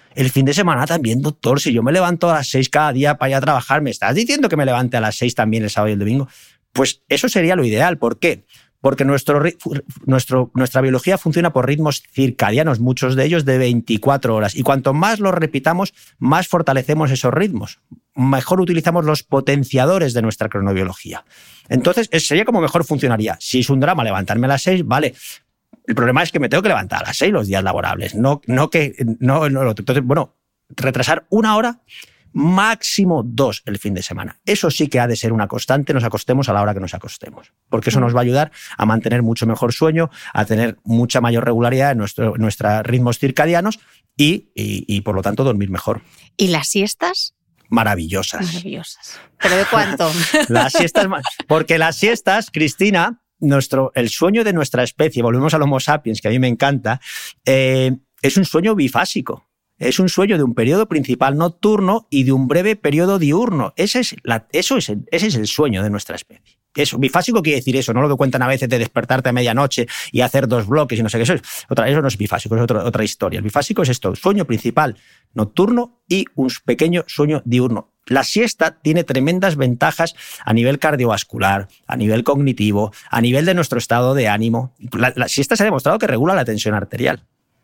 El fin de semana también, doctor, si yo me levanto a las seis cada día para ir a trabajar, ¿me estás diciendo que me levante a las seis también el sábado y el domingo? Pues eso sería lo ideal. ¿Por qué? Porque nuestro, nuestro, nuestra biología funciona por ritmos circadianos, muchos de ellos de veinticuatro horas. Y cuanto más los repitamos, más fortalecemos esos ritmos. Mejor utilizamos los potenciadores de nuestra cronobiología. Entonces, sería como mejor funcionaría. Si es un drama levantarme a las seis, vale. El problema es que me tengo que levantar a las seis los días laborables. No, no que... No, no, entonces, bueno, retrasar una hora, máximo dos el fin de semana. Eso sí que ha de ser una constante, nos acostemos a la hora que nos acostemos. Porque eso nos va a ayudar a mantener mucho mejor sueño, a tener mucha mayor regularidad en nuestro, nuestros ritmos circadianos y, y, y, por lo tanto, dormir mejor.
¿Y las siestas?
Maravillosas.
Maravillosas. ¿Pero de cuánto?
Las siestas, porque las siestas, Cristina, nuestro, el sueño de nuestra especie, volvemos al Homo sapiens, que a mí me encanta, eh, es un sueño bifásico. Es un sueño de un periodo principal nocturno y de un breve periodo diurno. Ese es, la, eso es, el, ese es el sueño de nuestra especie. Eso, bifásico quiere decir eso, no lo que cuentan a veces de despertarte a medianoche y hacer dos bloques y no sé qué. Eso, es otra, eso no es bifásico, es otra, otra historia. El bifásico es esto, sueño principal nocturno y un pequeño sueño diurno. La siesta tiene tremendas ventajas a nivel cardiovascular, a nivel cognitivo, a nivel de nuestro estado de ánimo. La, la siesta se ha demostrado que regula la tensión arterial.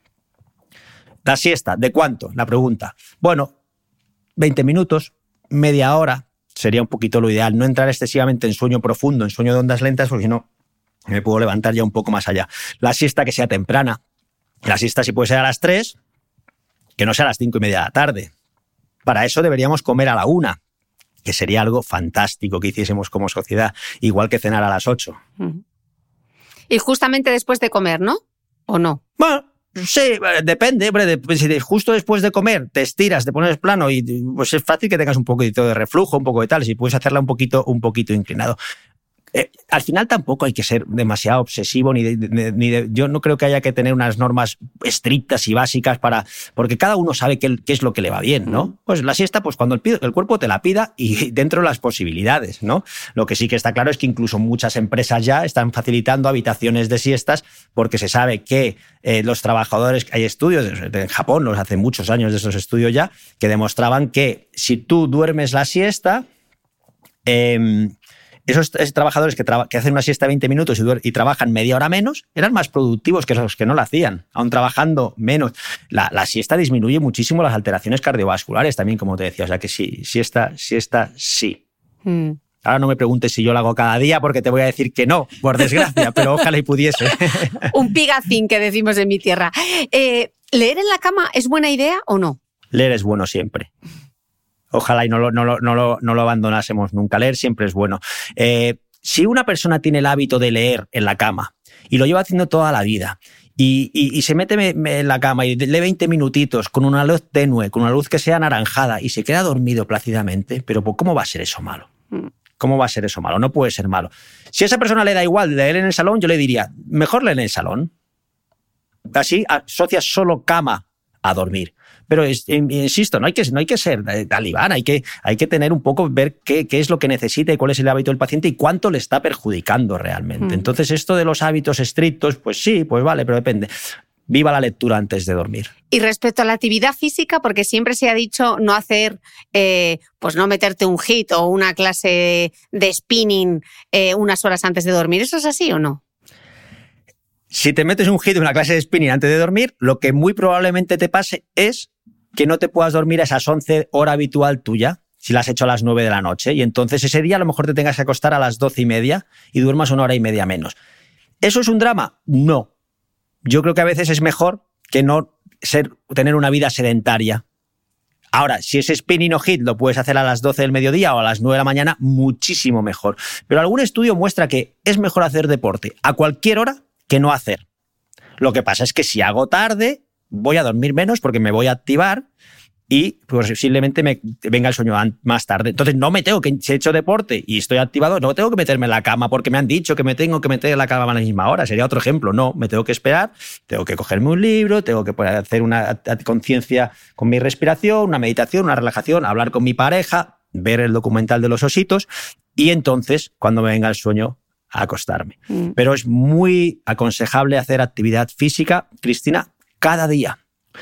La siesta, ¿de cuánto? La pregunta. Bueno, veinte minutos, media hora, sería un poquito lo ideal. No entrar excesivamente en sueño profundo, en sueño de ondas lentas, porque si no, me puedo levantar ya un poco más allá. La siesta que sea temprana. La siesta si puede ser a las tres, que no sea a las cinco y media de la tarde. Para eso deberíamos comer a la una, que sería algo fantástico que hiciésemos como sociedad, igual que cenar a las ocho.
Y justamente después de comer, ¿no? ¿O no?
Bueno, sí, depende, hombre, si justo después de comer te estiras, te pones plano y pues es fácil que tengas un poquito de reflujo, un poco de tal, si puedes hacerla un poquito, un poquito inclinado. Eh, al final tampoco hay que ser demasiado obsesivo, ni de, de, ni de, yo no creo que haya que tener unas normas estrictas y básicas para, porque cada uno sabe qué, qué es lo que le va bien, ¿no? Pues la siesta, pues cuando el, el cuerpo te la pida y dentro de las posibilidades, ¿no? Lo que sí que está claro es que incluso muchas empresas ya están facilitando habitaciones de siestas porque se sabe que eh, los trabajadores, hay estudios, en Japón, los hace muchos años de esos estudios ya, que demostraban que si tú duermes la siesta, eh, esos trabajadores que, traba, que hacen una siesta de veinte minutos y, y trabajan media hora menos eran más productivos que los que no la hacían, aun trabajando menos. La, la siesta disminuye muchísimo las alteraciones cardiovasculares también, como te decía. O sea que sí, siesta, siesta, sí. Mm. Ahora no me preguntes si yo la hago cada día porque te voy a decir que no, por desgracia, pero ojalá y pudiese.
Un pigacín que decimos en mi tierra. Eh, ¿Leer en la cama es buena idea o no?
Leer es bueno siempre. Ojalá y no lo, no, lo, no, lo, no lo abandonásemos nunca. Leer siempre es bueno. Eh, si una persona tiene el hábito de leer en la cama y lo lleva haciendo toda la vida y, y, y se mete me, me en la cama y lee veinte minutitos con una luz tenue, con una luz que sea anaranjada y se queda dormido plácidamente, pero ¿cómo va a ser eso malo? ¿Cómo va a ser eso malo? No puede ser malo. Si a esa persona le da igual leer en el salón, yo le diría, mejor leer en el salón. Así asocias solo cama a dormir. Pero es, insisto, no hay que, no hay que ser talibán, hay que, hay que tener un poco, ver qué, qué es lo que necesita y cuál es el hábito del paciente y cuánto le está perjudicando realmente. Mm. Entonces, esto de los hábitos estrictos, pues sí, pues vale, pero depende. Viva la lectura antes de dormir.
Y respecto a la actividad física, porque siempre se ha dicho no hacer, eh, pues no meterte un hit o una clase de spinning eh, unas horas antes de dormir. ¿Eso es así o no?
Si te metes un hit en una clase de spinning antes de dormir, lo que muy probablemente te pase es que no te puedas dormir a esas once hora habitual tuya, si la has hecho a las nueve de la noche, y entonces ese día a lo mejor te tengas que acostar a las doce y media y duermas una hora y media menos. ¿Eso es un drama? No. Yo creo que a veces es mejor que no ser, tener una vida sedentaria. Ahora, si ese spinning o hit lo puedes hacer a las doce del mediodía o a las nueve de la mañana, muchísimo mejor. Pero algún estudio muestra que es mejor hacer deporte a cualquier hora que no hacer. Lo que pasa es que si hago tarde, voy a dormir menos porque me voy a activar y posiblemente me venga el sueño más tarde. Entonces no me tengo que, si he hecho deporte y estoy activado, no tengo que meterme en la cama porque me han dicho que me tengo que meter en la cama a la misma hora. Sería otro ejemplo. No, me tengo que esperar, tengo que cogerme un libro, tengo que hacer una conciencia con mi respiración, una meditación, una relajación, hablar con mi pareja, ver el documental de los ositos y entonces, cuando me venga el sueño, a acostarme. Mm. Pero es muy aconsejable hacer actividad física, Cristina, cada día.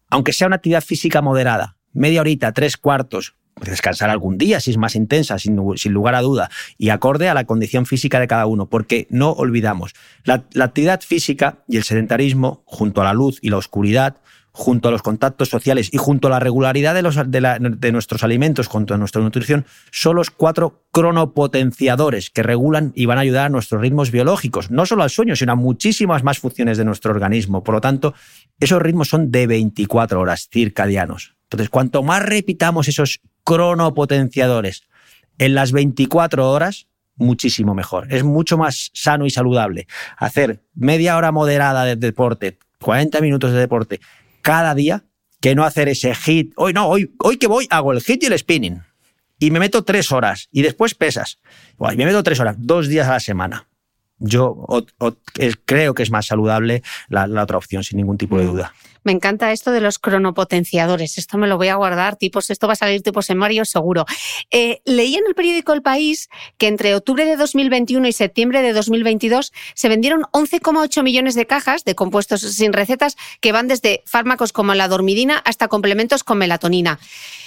aunque sea una actividad física moderada, media horita, tres cuartos, descansar algún día si es más intensa, sin, sin lugar a duda, y acorde a la condición física de cada uno, porque no olvidamos, la, la actividad física y el sedentarismo, junto a la luz y la oscuridad, junto a los contactos sociales y junto a la regularidad de, los, de, la, de nuestros alimentos, junto a nuestra nutrición, son los cuatro cronopotenciadores que regulan y van a ayudar a nuestros ritmos biológicos, no solo al sueño, sino a muchísimas más funciones de nuestro organismo. Por lo tanto, esos ritmos son de veinticuatro horas circadianos. Entonces, cuanto más repitamos esos cronopotenciadores en las veinticuatro horas, muchísimo mejor. Es mucho más sano y saludable hacer media hora moderada de deporte, cuarenta minutos de deporte cada día, que no hacer ese hit. Hoy no, hoy, hoy que voy hago el hit y el spinning y me meto tres horas y después pesas. Uy, me meto tres horas, dos días a la semana. Yo o, o, creo que es más saludable la, la otra opción, sin ningún tipo de duda.
Me encanta esto de los cronopotenciadores. Esto me lo voy a guardar, tipos, esto va a salir tipo semario seguro. Eh, leí en el periódico El País que entre octubre de dos mil veintiuno y septiembre de dos mil veintidós se vendieron once coma ocho millones de cajas de compuestos sin recetas que van desde fármacos como la dormidina hasta complementos con melatonina.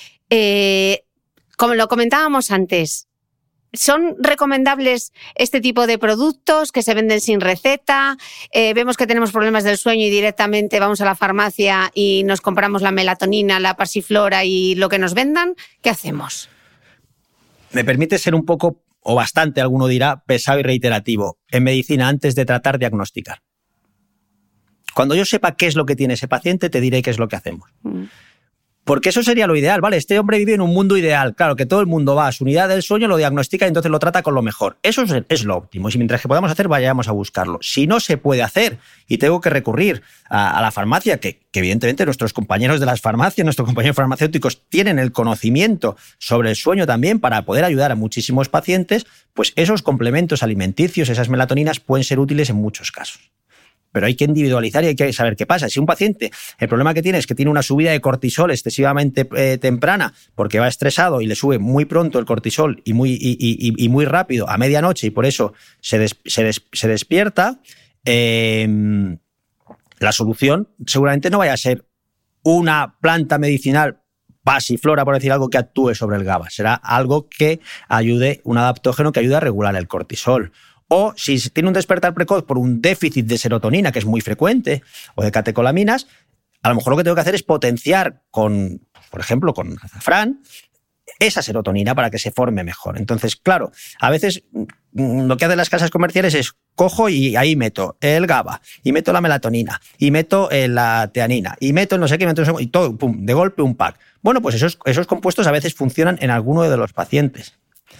Eh, como lo comentábamos antes, ¿son recomendables este tipo de productos que se venden sin receta? Eh, vemos que tenemos problemas del sueño y directamente vamos a la farmacia y nos compramos la melatonina, la pasiflora y lo que nos vendan. ¿Qué hacemos?
Me permite ser un poco, o bastante, alguno dirá, pesado y reiterativo. En medicina, antes de tratar, diagnosticar. Cuando yo sepa qué es lo que tiene ese paciente, te diré qué es lo que hacemos. Mm. Porque eso sería lo ideal, ¿vale? Este hombre vive en un mundo ideal. Claro, que todo el mundo va a su unidad del sueño, lo diagnostica y entonces lo trata con lo mejor. Eso es, es lo óptimo. Y mientras que podamos hacer, vayamos a buscarlo. Si no se puede hacer y tengo que recurrir a, a la farmacia, que, que evidentemente nuestros compañeros de las farmacias, nuestros compañeros farmacéuticos tienen el conocimiento sobre el sueño también para poder ayudar a muchísimos pacientes, pues esos complementos alimenticios, esas melatoninas, pueden ser útiles en muchos casos. Pero hay que individualizar y hay que saber qué pasa. Si un paciente, el problema que tiene es que tiene una subida de cortisol excesivamente eh, temprana porque va estresado y le sube muy pronto el cortisol y muy, y, y, y muy rápido a medianoche y por eso se, des, se, des, se despierta, eh, la solución seguramente no vaya a ser una planta medicinal pasiflora, por decir algo, que actúe sobre el GABA. Será algo que ayude, un adaptógeno que ayude a regular el cortisol. O si tiene un despertar precoz por un déficit de serotonina, que es muy frecuente, o de catecolaminas, a lo mejor lo que tengo que hacer es potenciar con, por ejemplo, con azafrán, esa serotonina para que se forme mejor. Entonces, claro, a veces lo que hacen las casas comerciales es cojo y ahí meto el GABA, y meto la melatonina, y meto la teanina, y meto no sé qué, meto no sé, y todo, pum, de golpe un pack. Bueno, pues esos, esos compuestos a veces funcionan en alguno de los pacientes.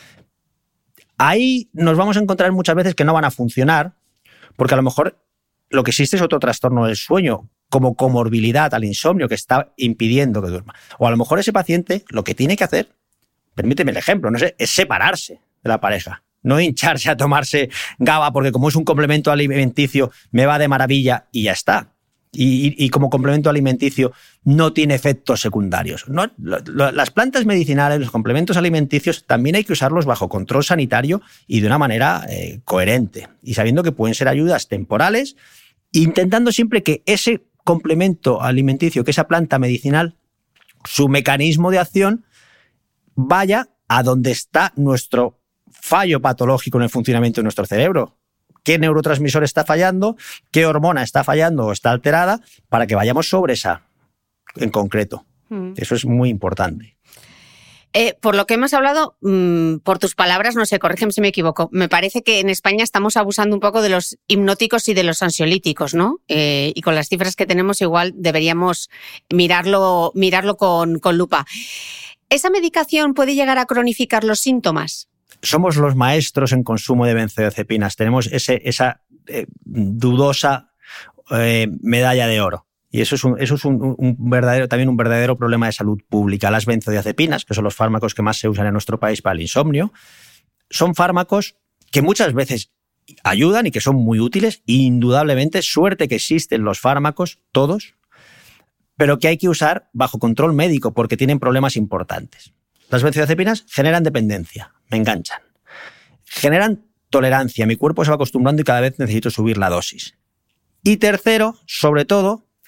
Ahí nos vamos a encontrar muchas veces que no van a funcionar, porque a lo mejor lo que existe es otro trastorno del sueño, como comorbilidad al insomnio que está impidiendo que duerma. O a lo mejor ese paciente lo que tiene que hacer, permíteme el ejemplo, no sé, es separarse de la pareja. No hincharse a tomarse GABA porque como es un complemento alimenticio me va de maravilla y ya está. Y, y, y como complemento alimenticio no tiene efectos secundarios. No, lo, lo, las plantas medicinales, los complementos alimenticios, también hay que usarlos bajo control sanitario y de una manera eh, coherente. Y sabiendo que pueden ser ayudas temporales, intentando siempre que ese complemento alimenticio, que esa planta medicinal, su mecanismo de acción vaya a donde está nuestro fallo patológico en el funcionamiento de nuestro cerebro. ¿Qué neurotransmisor está fallando? ¿Qué hormona está fallando o está alterada? Para que vayamos sobre esa en concreto. Mm. Eso es muy importante.
Eh, por lo que hemos hablado, mmm, por tus palabras, no sé, corrígeme si me equivoco, me parece que en España estamos abusando un poco de los hipnóticos y de los ansiolíticos, ¿no? Eh, y con las cifras que tenemos igual deberíamos mirarlo, mirarlo con, con lupa. ¿Esa medicación puede llegar a cronificar los síntomas?
Somos los maestros en consumo de benzodiazepinas. Tenemos ese, esa eh, dudosa eh, medalla de oro. Y eso es, un, eso es un, un verdadero, también un verdadero problema de salud pública. Las benzodiazepinas, que son los fármacos que más se usan en nuestro país para el insomnio, son fármacos que muchas veces ayudan y que son muy útiles. Indudablemente, suerte que existen los fármacos, todos, pero que hay que usar bajo control médico porque tienen problemas importantes. Las benzodiazepinas generan dependencia, me enganchan. Generan tolerancia, mi cuerpo se va acostumbrando y cada vez necesito subir la dosis. Y tercero, sobre todo,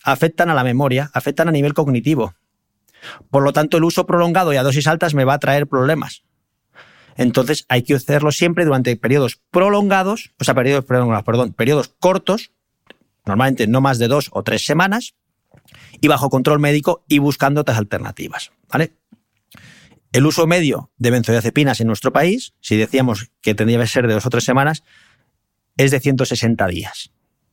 afectan a la memoria, afectan a nivel cognitivo. Por lo tanto, el uso prolongado y a dosis altas me va a traer problemas. Entonces, hay que hacerlo siempre durante periodos prolongados, o sea, periodos, prolongados, perdón, periodos cortos, normalmente no más de dos o tres semanas, y bajo control médico y buscando otras alternativas, ¿vale? El uso medio de benzodiazepinas en nuestro país, si decíamos que tendría que ser de dos o tres semanas, es de ciento sesenta días.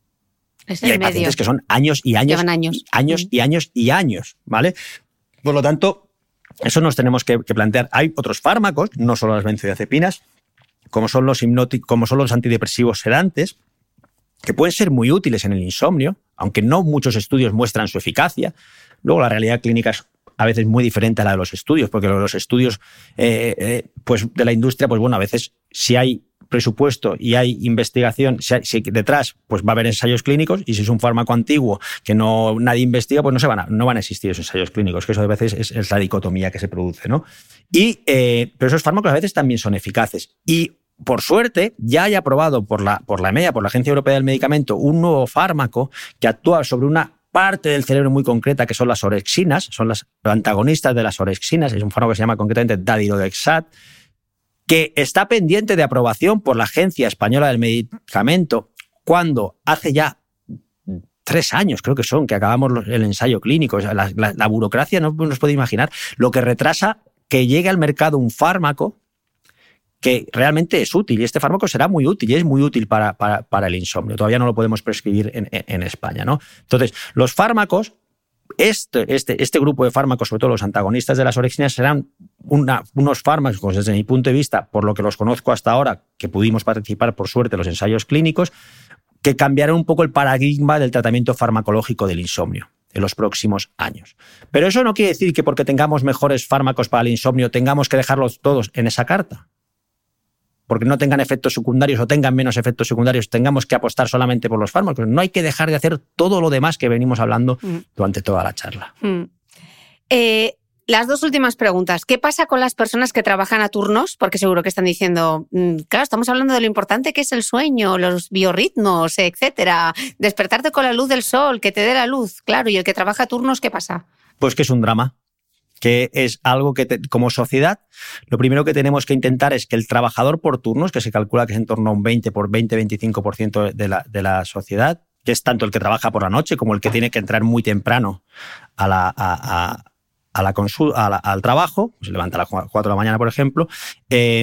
Es
y hay
el medio.
pacientes que son años y años,
Llevan años,
años y años y años, ¿vale? Por lo tanto, eso nos tenemos que, que plantear. Hay otros fármacos, no solo las benzodiazepinas, como son los hipnóticos, como son los antidepresivos sedantes, que pueden ser muy útiles en el insomnio, aunque no muchos estudios muestran su eficacia. Luego, la realidad clínica es a veces muy diferente a la de los estudios, porque los estudios eh, eh, pues de la industria, pues bueno, a veces si hay presupuesto y hay investigación, si, hay, si detrás pues va a haber ensayos clínicos, y si es un fármaco antiguo que no nadie investiga, pues no se van a, no van a existir esos ensayos clínicos, que eso a veces es, es la dicotomía que se produce, ¿no? Y, eh, pero esos fármacos a veces también son eficaces. Y por suerte, ya hay aprobado por la, por la E M E A, por la Agencia Europea del Medicamento, un nuevo fármaco que actúa sobre una parte del cerebro muy concreta, que son las orexinas, son las antagonistas de las orexinas. Es un fármaco que se llama concretamente Daridorexat, que está pendiente de aprobación por la Agencia Española del Medicamento, cuando hace ya tres años, creo que son, que acabamos el ensayo clínico. O sea, la, la, la burocracia no nos puede imaginar lo que retrasa que llegue al mercado un fármaco que realmente es útil, y este fármaco será muy útil y es muy útil para, para, para el insomnio. Todavía no lo podemos prescribir en, en, en España, ¿no? Entonces, los fármacos, este, este, este grupo de fármacos, sobre todo los antagonistas de las orexinas, serán una, unos fármacos, desde mi punto de vista, por lo que los conozco hasta ahora, que pudimos participar, por suerte, en los ensayos clínicos, que cambiarán un poco el paradigma del tratamiento farmacológico del insomnio en los próximos años. Pero eso no quiere decir que porque tengamos mejores fármacos para el insomnio tengamos que dejarlos todos en esa carta. Porque no tengan efectos secundarios o tengan menos efectos secundarios, tengamos que apostar solamente por los fármacos. No hay que dejar de hacer todo lo demás que venimos hablando mm. durante toda la charla.
Mm. Eh, las dos últimas preguntas. ¿Qué pasa con las personas que trabajan a turnos? Porque seguro que están diciendo, mmm, claro, estamos hablando de lo importante que es el sueño, los biorritmos, etcétera. Despertarte con la luz del sol, que te dé la luz. Claro, y el que trabaja a turnos, ¿qué pasa?
Pues que es un drama. Que es algo que te, como sociedad, lo primero que tenemos que intentar es que el trabajador por turnos, que se calcula que es en torno a un veinte por veinte, veinticinco por ciento de la, de la sociedad, que es tanto el que trabaja por la noche como el que tiene que entrar muy temprano a la, a, a, a la consul, a la, al trabajo, se levanta a las cuatro de la mañana, por ejemplo, eh,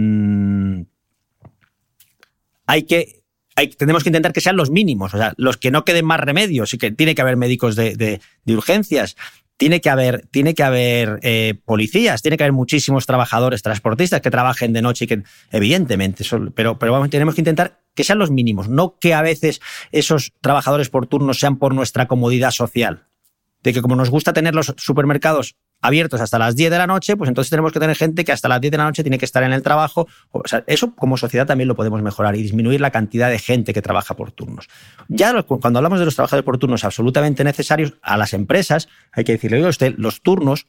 hay que Hay, tenemos que intentar que sean los mínimos, o sea, los que no queden más remedios, y que tiene que haber médicos de, de, de urgencias, tiene que haber, tiene que haber eh, policías, tiene que haber muchísimos trabajadores, transportistas que trabajen de noche y que, evidentemente, eso, pero, pero vamos, tenemos que intentar que sean los mínimos, no que a veces esos trabajadores por turnos sean por nuestra comodidad social. De que como nos gusta tener los supermercados abiertos hasta las diez de la noche, pues entonces tenemos que tener gente que hasta las diez de la noche tiene que estar en el trabajo. O sea, eso como sociedad también lo podemos mejorar y disminuir la cantidad de gente que trabaja por turnos. Ya cuando hablamos de los trabajadores por turnos absolutamente necesarios, a las empresas hay que decirle, oiga usted, los turnos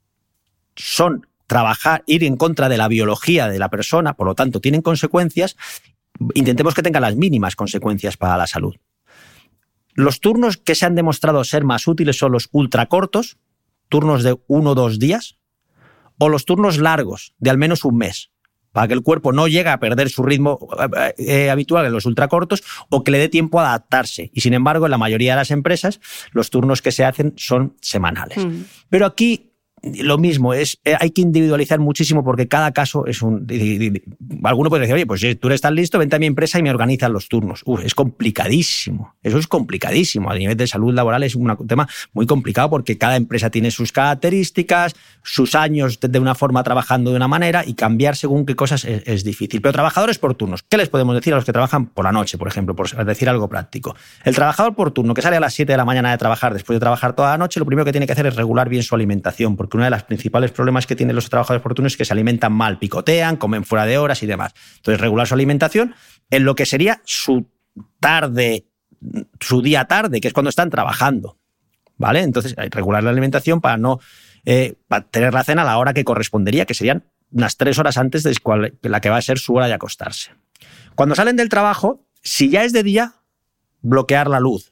son trabajar, ir en contra de la biología de la persona, por lo tanto tienen consecuencias. Intentemos que tengan las mínimas consecuencias para la salud. Los turnos que se han demostrado ser más útiles son los ultracortos, turnos de uno o dos días, o los turnos largos, de al menos un mes, para que el cuerpo no llegue a perder su ritmo eh, habitual en los ultracortos o que le dé tiempo a adaptarse. Y sin embargo, en la mayoría de las empresas, los turnos que se hacen son semanales. Mm. Pero aquí lo mismo, es, hay que individualizar muchísimo porque cada caso es un... Alguno puede decir, oye, pues si tú eres tan listo, vente a mi empresa y me organizan los turnos. Uf, es complicadísimo. Eso es complicadísimo. A nivel de salud laboral es un tema muy complicado porque cada empresa tiene sus características, sus años de una forma trabajando de una manera y cambiar según qué cosas es, es difícil. Pero trabajadores por turnos, ¿qué les podemos decir a los que trabajan por la noche, por ejemplo, por decir algo práctico? El trabajador por turno que sale a las siete de la mañana de trabajar después de trabajar toda la noche, lo primero que tiene que hacer es regular bien su alimentación, porque uno de los principales problemas que tienen los trabajadores por turnos es que se alimentan mal, picotean, comen fuera de horas y demás. Entonces, regular su alimentación en lo que sería su tarde, su día tarde, que es cuando están trabajando, ¿vale? Entonces, hay que regular la alimentación para no eh, para tener la cena a la hora que correspondería, que serían unas tres horas antes de la que va a ser su hora de acostarse. Cuando salen del trabajo, si ya es de día, bloquear la luz.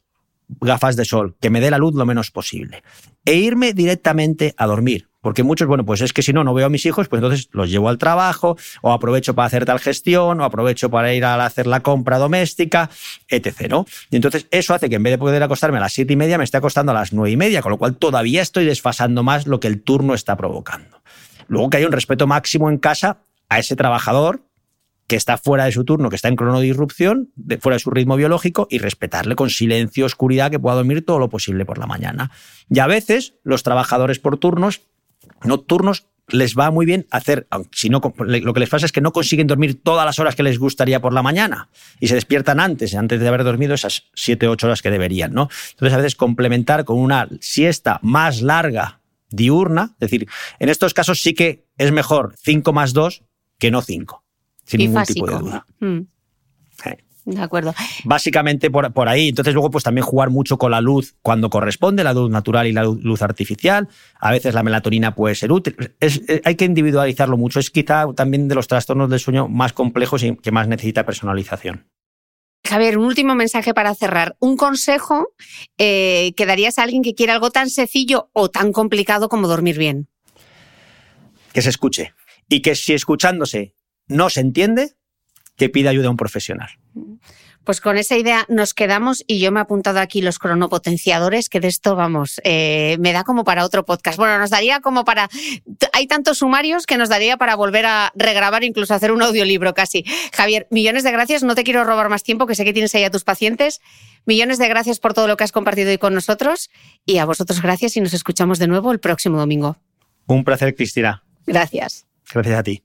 gafas de sol, que me dé la luz lo menos posible. E irme directamente a dormir. Porque muchos, bueno, pues es que si no, no veo a mis hijos, pues entonces los llevo al trabajo, o aprovecho para hacer tal gestión, o aprovecho para ir a hacer la compra doméstica, etcétera, ¿no? Y entonces eso hace que en vez de poder acostarme a las siete y media, me esté acostando a las nueve y media, con lo cual todavía estoy desfasando más lo que el turno está provocando. Luego que hay un respeto máximo en casa a ese trabajador que está fuera de su turno, que está en cronodisrupción, de, fuera de su ritmo biológico, y respetarle con silencio, oscuridad, que pueda dormir todo lo posible por la mañana. Y a veces los trabajadores por turnos, nocturnos, les va muy bien hacer, si no, lo que les pasa es que no consiguen dormir todas las horas que les gustaría por la mañana y se despiertan antes, antes de haber dormido esas siete u ocho horas que deberían, ¿no? Entonces a veces complementar con una siesta más larga diurna, es decir, en estos casos sí que es mejor cinco más dos que no cinco. Sin ningún tipo de duda.
Mm. Sí. De acuerdo.
Básicamente por, por ahí. Entonces luego pues también jugar mucho con la luz cuando corresponde, la luz natural y la luz, luz artificial. A veces la melatonina puede ser útil. Es, es, hay que individualizarlo mucho. Es quizá también de los trastornos del sueño más complejos y que más necesita personalización.
Javier, un último mensaje para cerrar. Un consejo eh, que darías a alguien que quiera algo tan sencillo o tan complicado como dormir bien.
Que se escuche. Y que si escuchándose no se entiende, que pida ayuda a un profesional.
Pues con esa idea nos quedamos y yo me he apuntado aquí los cronopotenciadores, que de esto, vamos, eh, me da como para otro podcast. Bueno, nos daría como para... Hay tantos sumarios que nos daría para volver a regrabar, incluso hacer un audiolibro casi. Javier, millones de gracias. No te quiero robar más tiempo, que sé que tienes ahí a tus pacientes. Millones de gracias por todo lo que has compartido hoy con nosotros y a vosotros gracias y nos escuchamos de nuevo el próximo domingo.
Un placer, Cristina.
Gracias.
Gracias a ti.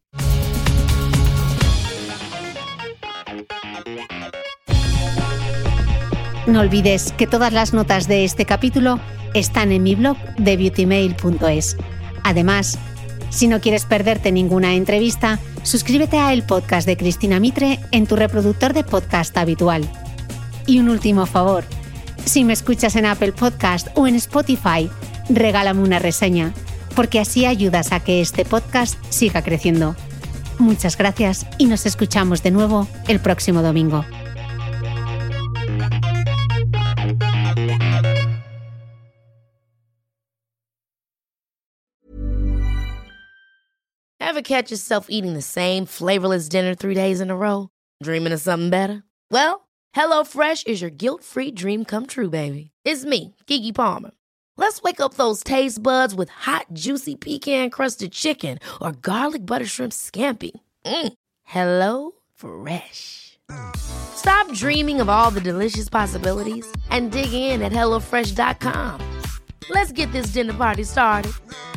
No olvides que todas las notas de este capítulo están en mi blog de beauty mail punto es. Además, si no quieres perderte ninguna entrevista, suscríbete a el podcast de Cristina Mitre en tu reproductor de podcast habitual. Y un último favor, si me escuchas en Apple Podcast o en Spotify, regálame una reseña, porque así ayudas a que este podcast siga creciendo. Muchas gracias y nos escuchamos de nuevo el próximo domingo.
Ever catch yourself eating the same flavorless dinner three days in a row? Dreaming of something better? Well, HelloFresh is your guilt-free dream come true, baby. It's me, Keke Palmer. Let's wake up those taste buds with hot, juicy pecan-crusted chicken or garlic butter shrimp scampi. Mm. Hello Fresh. Stop dreaming of all the delicious possibilities and dig in at hello fresh dot com. Let's get this dinner party started.